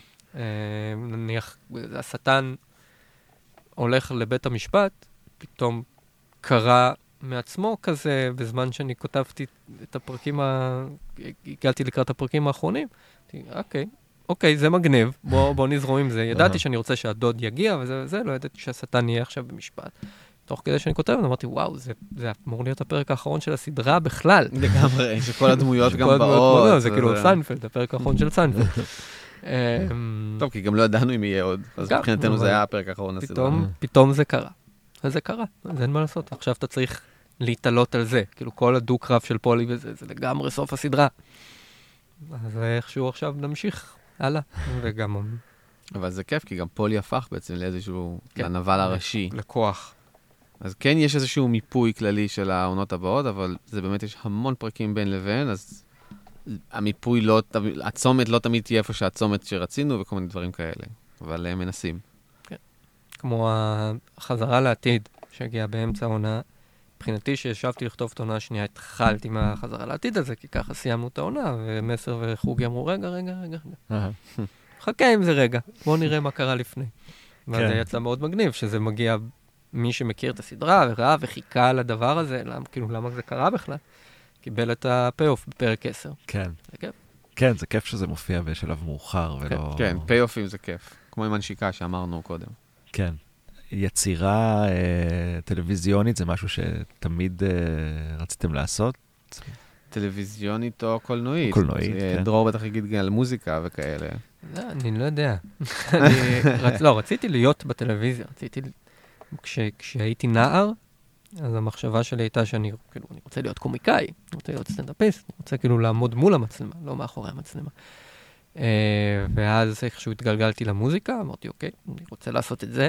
נניח, השטן הולך לבית המשפט, פתאום קרה מעצמו כזה, בזמן שאני כותבתי את הפרקים, הגעתי לקראת הפרקים האחרונים, אוקיי, זה מגניב, בוא נזרום עם זה. ידעתי שאני רוצה שהדוד יגיע, וזה, לא ידעתי שהשטן יהיה עכשיו במשפט. תוך כדי שאני כותב, אמרתי, וואו, זה אמור להיות הפרק האחרון של הסדרה בכלל. לגמרי, שכל הדמויות גם באות. זה כאילו סנפלד, הפרק האחרון של סנפלד. טוב, כי גם לא ידענו אם יהיה עוד, אז מבחינתנו זה היה הפרק האחרון לסדרה. פתאום זה קרה. אז זה קרה, אז אין מה לעשות. עכשיו אתה צריך להתעלות על זה. כאילו כל הדו-קרב של פולי וזה, זה לגמרי סוף הסדרה. אז איכשהו עכשיו נמשיך הלאה. וגם... אבל זה כיף, כי גם פולי הפך בעצם לאיזשהו לנבל הראשי. לכוח. אז כן, יש איזשהו מיפוי כללי של העונות הבאות, אבל זה באמת יש המון פרקים בין לבין, אז המיפוי לא, הצומת לא תמיד תהיה איפה שהצומת שרצינו, וכל מיני דברים כאלה. אבל הם מנסים. כן. כמו החזרה לעתיד, שהגיעה באמצע העונה, מבחינתי שישבתי לכתוב את העונה השנייה, התחלתי מהחזרה לעתיד הזה, כי ככה סיימנו את העונה, ומסר וחוגי אמרו, רגע. חכה עם זה רגע, בואו נראה מה קרה לפני. ואז זה יצא מאוד מגניב, שזה מגיע מי שמכיר את הסדרה וראה וחיכה לדבר הזה, כאילו למה זה קרה בכלל? קיבל את הפי-אוף בפרק 10. כן. זה כיף. כן, זה כיף שזה מופיע בשלב מאוחר ולא... כן, פי-אופים זה כיף. כמו עם הנשיקה שאמרנו קודם. כן. יצירה טלוויזיונית זה משהו שתמיד רציתם לעשות? טלוויזיונית או קולנועית. קולנועית, כן. דרור בטח יגיד על מוזיקה וכאלה. לא, אני לא יודע. רציתי להיות בטלוויזיה. כשהייתי נער, אז המחשבה שלי הייתה שאני רוצה להיות קומיקאי, אני רוצה להיות סטנדאפיסט, אני רוצה כאילו לעמוד מול המצלמה, לא מאחורי המצלמה. ואז איכשהו התגלגלתי למוזיקה, אמרתי, אוקיי, אני רוצה לעשות את זה.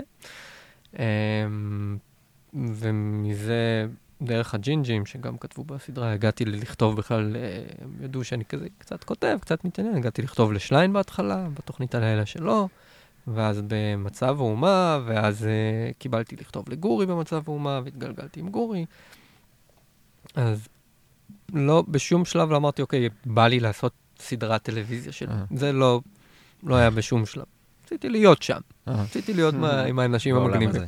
ומזה, דרך הג'ינג'ים, שגם כתבו בסדרה, הגעתי לכתוב בכלל, ידעו שאני כזה קצת כותב, קצת מתעניין, הגעתי לכתוב לשליין בהתחלה, בתוכנית הלילה שלו, ואז במצב האומה, ואז קיבלתי לכתוב לגורי במצב האומה, והתגלגלתי עם גורי. אז לא, בשום שלב לא אמרתי, אוקיי, בא לי לעשות סדרת טלוויזיה שלי. זה לא היה בשום שלב. רציתי להיות שם. רציתי להיות עם האנשים המגניבים.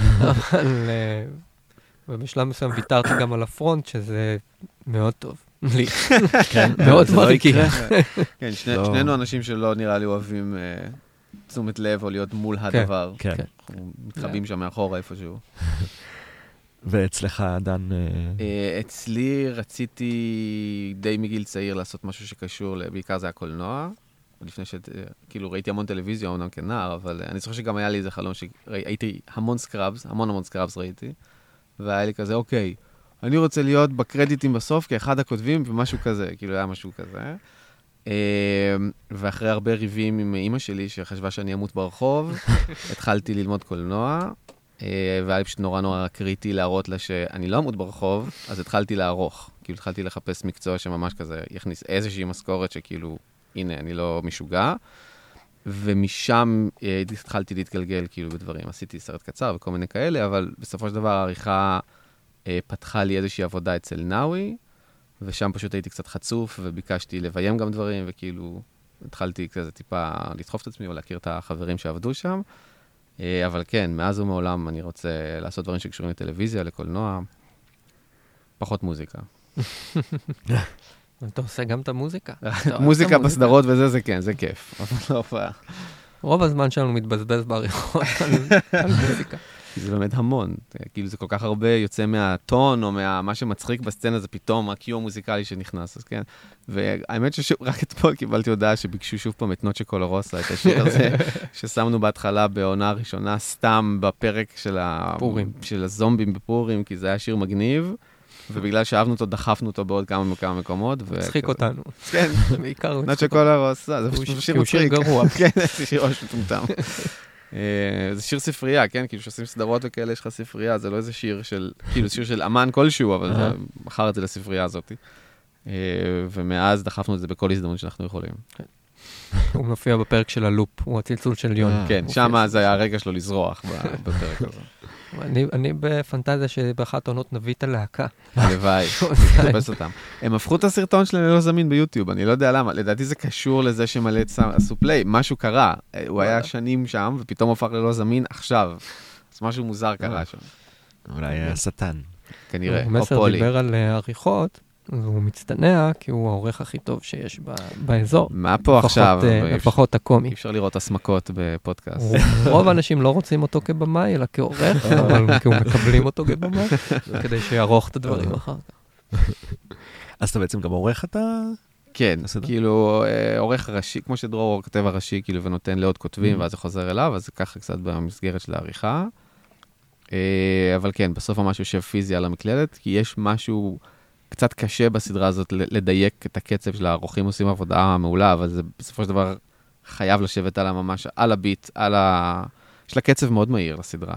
ובשלב מסוים ויתרתי גם על הפרונט, שזה מאוד טוב. לי. מאוד מריקי. כן, שנינו אנשים שלא נראה לי אוהבים תשומת לב או להיות מול הדבר. אנחנו מתחבאים שם מאחורה איפשהו. ואצלך, דן? אצלי רציתי די מגיל צעיר לעשות משהו שקשור, בעיקר זה הקולנוע. לפני כאילו ראיתי המון טלוויזיה, אומנם כנער, אבל אני זוכר שגם היה לי איזה חלום שהייתי המון סקראבס, המון סקראבס ראיתי, והיה לי כזה, אוקיי, אני רוצה להיות בקרדיטים בסוף כאחד הכותבים ומשהו כזה, כאילו היה משהו כזה. ואחרי הרבה ריבים עם אמא שלי, שחשבה שאני אמות ברחוב, התחלתי ללמוד קולנוע, והיה לי פשוט נורא קריטי להראות לה שאני לא אמות ברחוב, אז התחלתי לערוך. כאילו התחלתי לחפש מקצוע שממש כזה יכניס איזושהי משכורת שכאילו, הנה, אני לא משוגע. ומשם התחלתי להתגלגל כאילו בדברים. עשיתי סרט קצר וכל מיני כאלה, אבל בסופו של דבר העריכה פתחה לי איזושהי עבודה אצל נאווי, ושם פשוט הייתי קצת חצוף, וביקשתי לביים גם דברים, וכאילו התחלתי כזה טיפה לדחוף את עצמי, או להכיר את החברים שעבדו שם. אבל כן, מאז ומעולם אני רוצה לעשות דברים שקשורים לטלוויזיה, לקולנוע, פחות מוזיקה. אתה עושה גם את המוזיקה. מוזיקה בסדרות וזה, זה כן, זה כיף. אבל לא פעם. רוב הזמן שלנו מתבזבז בעריכות על מוזיקה. זה באמת המון. כאילו זה כל כך הרבה יוצא מהטון, או מה שמצחיק בסצנה, זה פתאום הקיו המוזיקלי שנכנס, אז כן. והאמת שרק אתמול קיבלתי הודעה שביקשו שוב פעם את נוצ'ה קולורוסה, את השיר הזה, ששמנו בהתחלה בעונה הראשונה, סתם בפרק של הזומבים בפורים, כי זה היה שיר מגניב, ובגלל שאהבנו אותו, דחפנו אותו בעוד כמה מקומות. מצחיק אותנו. כן, נוצ'ה קולורוסה, זה פשוט שיר מצחיק. הוא שיר גרוע. כן, זה שיר ממש מטומטם. זה שיר ספרייה, כן? כאילו שעושים סדרות וכאלה, יש לך ספרייה, זה לא איזה שיר של, כאילו שיר של אמן כלשהו, אבל בחר את זה לספרייה הזאת. ומאז דחפנו את זה בכל הזדמנות שאנחנו יכולים. הוא מופיע בפרק של הלופ, הוא הצלצול של יון. כן, שם זה היה הרגע שלו לזרוח בפרק הזה. אני בפנטזיה שבאחת העונות נביא את הלהקה. הלוואי, תחפש אותם. הם הפכו את הסרטון שלהם לא זמין ביוטיוב, אני לא יודע למה. לדעתי זה קשור לזה שמלא עשו פליי, משהו קרה. הוא היה שנים שם, ופתאום הפך ללא זמין עכשיו. אז משהו מוזר קרה שם. אולי השטן. כנראה, או מסר פולי. דיבר על עריכות, הוא מצטנע, כי הוא העורך הכי טוב שיש באזור. מה פה עכשיו? לפחות הקומי. אי אפשר לראות הסמכות בפודקאסט. רוב האנשים לא רוצים אותו כבמאי, אלא כעורך, אבל כי הוא מקבלים אותו כבמאי, כדי שיערוך את הדברים אחר כך. אז אתה בעצם גם עורך את ה... כן, כאילו עורך ראשי, כמו שדרור כותב הראשי, כאילו ונותן לעוד כותבים, ואז זה חוזר אליו, אז זה ככה קצת במסגרת של העריכה. אבל כן, בסוף ממש יושב פיזי על המקלדת, כי יש משהו קצת קשה בסדרה הזאת לדייק את הקצב של העורכים עושים עבודה מעולה, אבל זה בסופו של דבר חייב לשבת עליה ממש על הביט, יש לה קצב מאוד מהיר לסדרה,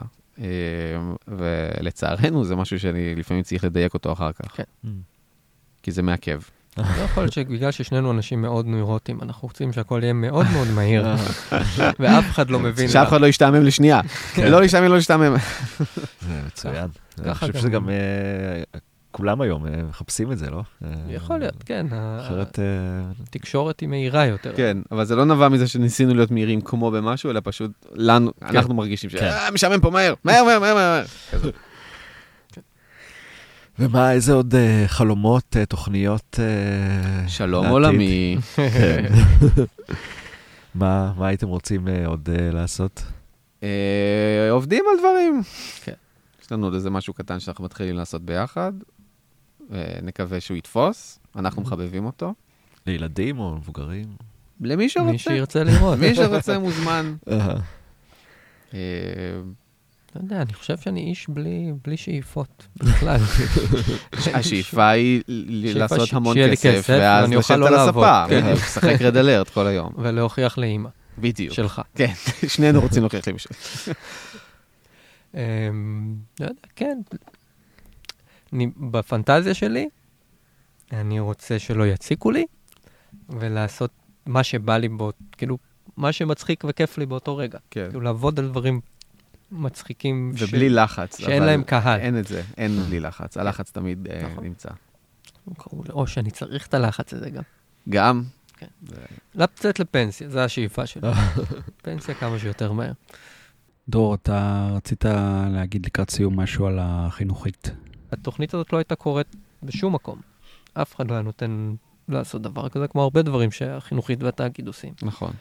ולצערנו זה משהו שאני לפעמים צריך לדייק אותו אחר כך, כי זה מעכב. לא יכול להיות שבגלל ששנינו אנשים מאוד נוירוטים, אנחנו רוצים שהכל יהיה מאוד מאוד מהיר, ואף אחד לא מבין. שאף אחד לא ישתעמם לשנייה. לא להשתעמם. זה מצוין. אני חושב שזה גם... כולם היום מחפשים את זה, לא? יכול להיות, כן. אחרת... תקשורת היא מהירה יותר. כן, אבל זה לא נבע מזה שניסינו להיות מהירים כמו במשהו, אלא פשוט לנו, אנחנו מרגישים משעמם פה מהר. ומה, איזה עוד חלומות, תוכניות... שלום עולמי. מה הייתם רוצים עוד לעשות? עובדים על דברים. כן. יש לנו עוד איזה משהו קטן שאנחנו מתחילים לעשות ביחד, ונקווה שהוא יתפוס, אנחנו מחבבים אותו. לילדים או מבוגרים? למי שרוצה. מי שירצה לראות. מי שרוצה מוזמן. לא יודע, אני חושב שאני איש בלי שאיפות, בכלל. השאיפה היא לעשות המון כסף, ואז לשבת על הספה, לשחק רד אלרט כל היום. ולהוכיח לאמא. בדיוק. שלך. כן, שנינו רוצים להוכיח למישהו. לא יודע, כן. בפנטזיה שלי, אני רוצה שלא יציקו לי, ולעשות מה שבא לי בו, כאילו, מה שמצחיק וכיף לי באותו רגע. כאילו, לעבוד על דברים מצחיקים. ובלי לחץ. שאין להם קהל. אין את זה, אין בלי לחץ. הלחץ תמיד נמצא. או שאני צריך את הלחץ הזה גם. גם? כן. לצאת לפנסיה, זו השאיפה שלי. פנסיה כמה שיותר מהר. דרור, אתה רצית להגיד לקראת סיום משהו על החינוכית. התוכנית הזאת לא הייתה קורית בשום מקום. אף אחד לא היה נותן לעשות דבר כזה, כמו הרבה דברים שהחינוכית והתאגיד עושים. נכון.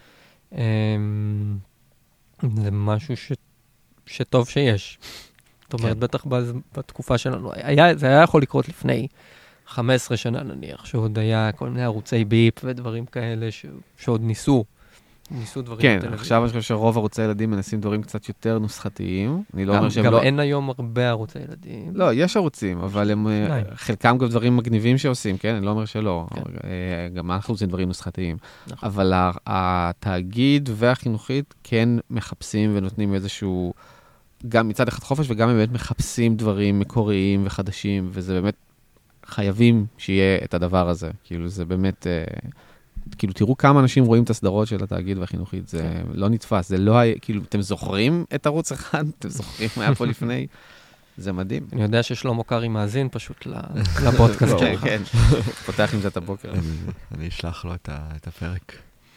זה משהו שטוב שיש. זאת אומרת, בטח בתקופה שלנו. זה היה יכול לקרות לפני 15 שנה נניח, שעוד היה כל מיני ערוצי ביפ ודברים כאלה שעוד ניסו דברים. כן, עכשיו אני חושב שרוב ערוצי ילדים מנסים דברים קצת יותר נוסחתיים. אני לא אומר שהם לא... גם אין היום הרבה ערוצי ילדים. לא, יש ערוצים, אבל הם חלקם גם דברים מגניבים שעושים, כן? אני לא אומר שלא. גם אנחנו עושים דברים נוסחתיים. אבל התאגיד והחינוכית כן מחפשים ונותנים איזשהו... גם מצד אחד חופש, וגם באמת מחפשים דברים מקוריים וחדשים, וזה באמת חייבים שיהיה את הדבר הזה. כאילו, זה באמת... כאילו, תראו כמה אנשים רואים את הסדרות של התאגיד והחינוכית, זה לא נתפס, זה לא היה, כאילו, אתם זוכרים את ערוץ אחד? אתם זוכרים מה היה פה לפני? זה מדהים. אני יודע ששלמה קרעי מאזין פשוט לפודקאסט שלך. כן, פותח עם זה את הבוקר. אני אשלח לו את הפרק.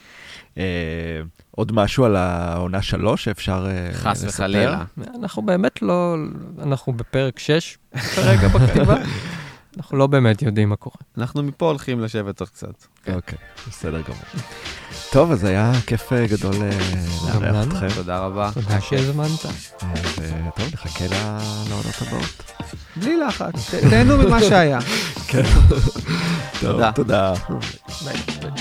עוד משהו על העונה 3 שאפשר לספר? חס וחלילה. אנחנו באמת לא, אנחנו בפרק 6 כרגע בכתיבה. אנחנו לא באמת יודעים מה קורה. אנחנו מפה הולכים לשבת עוד קצת. אוקיי, בסדר גמור. טוב, אז היה כיף גדול לארח אתכם. תודה רבה. תודה שהזמנת. טוב, נחכה לעונות הבאות. בלי לחץ. תהנו ממה שהיה. כן. טוב, תודה. ביי.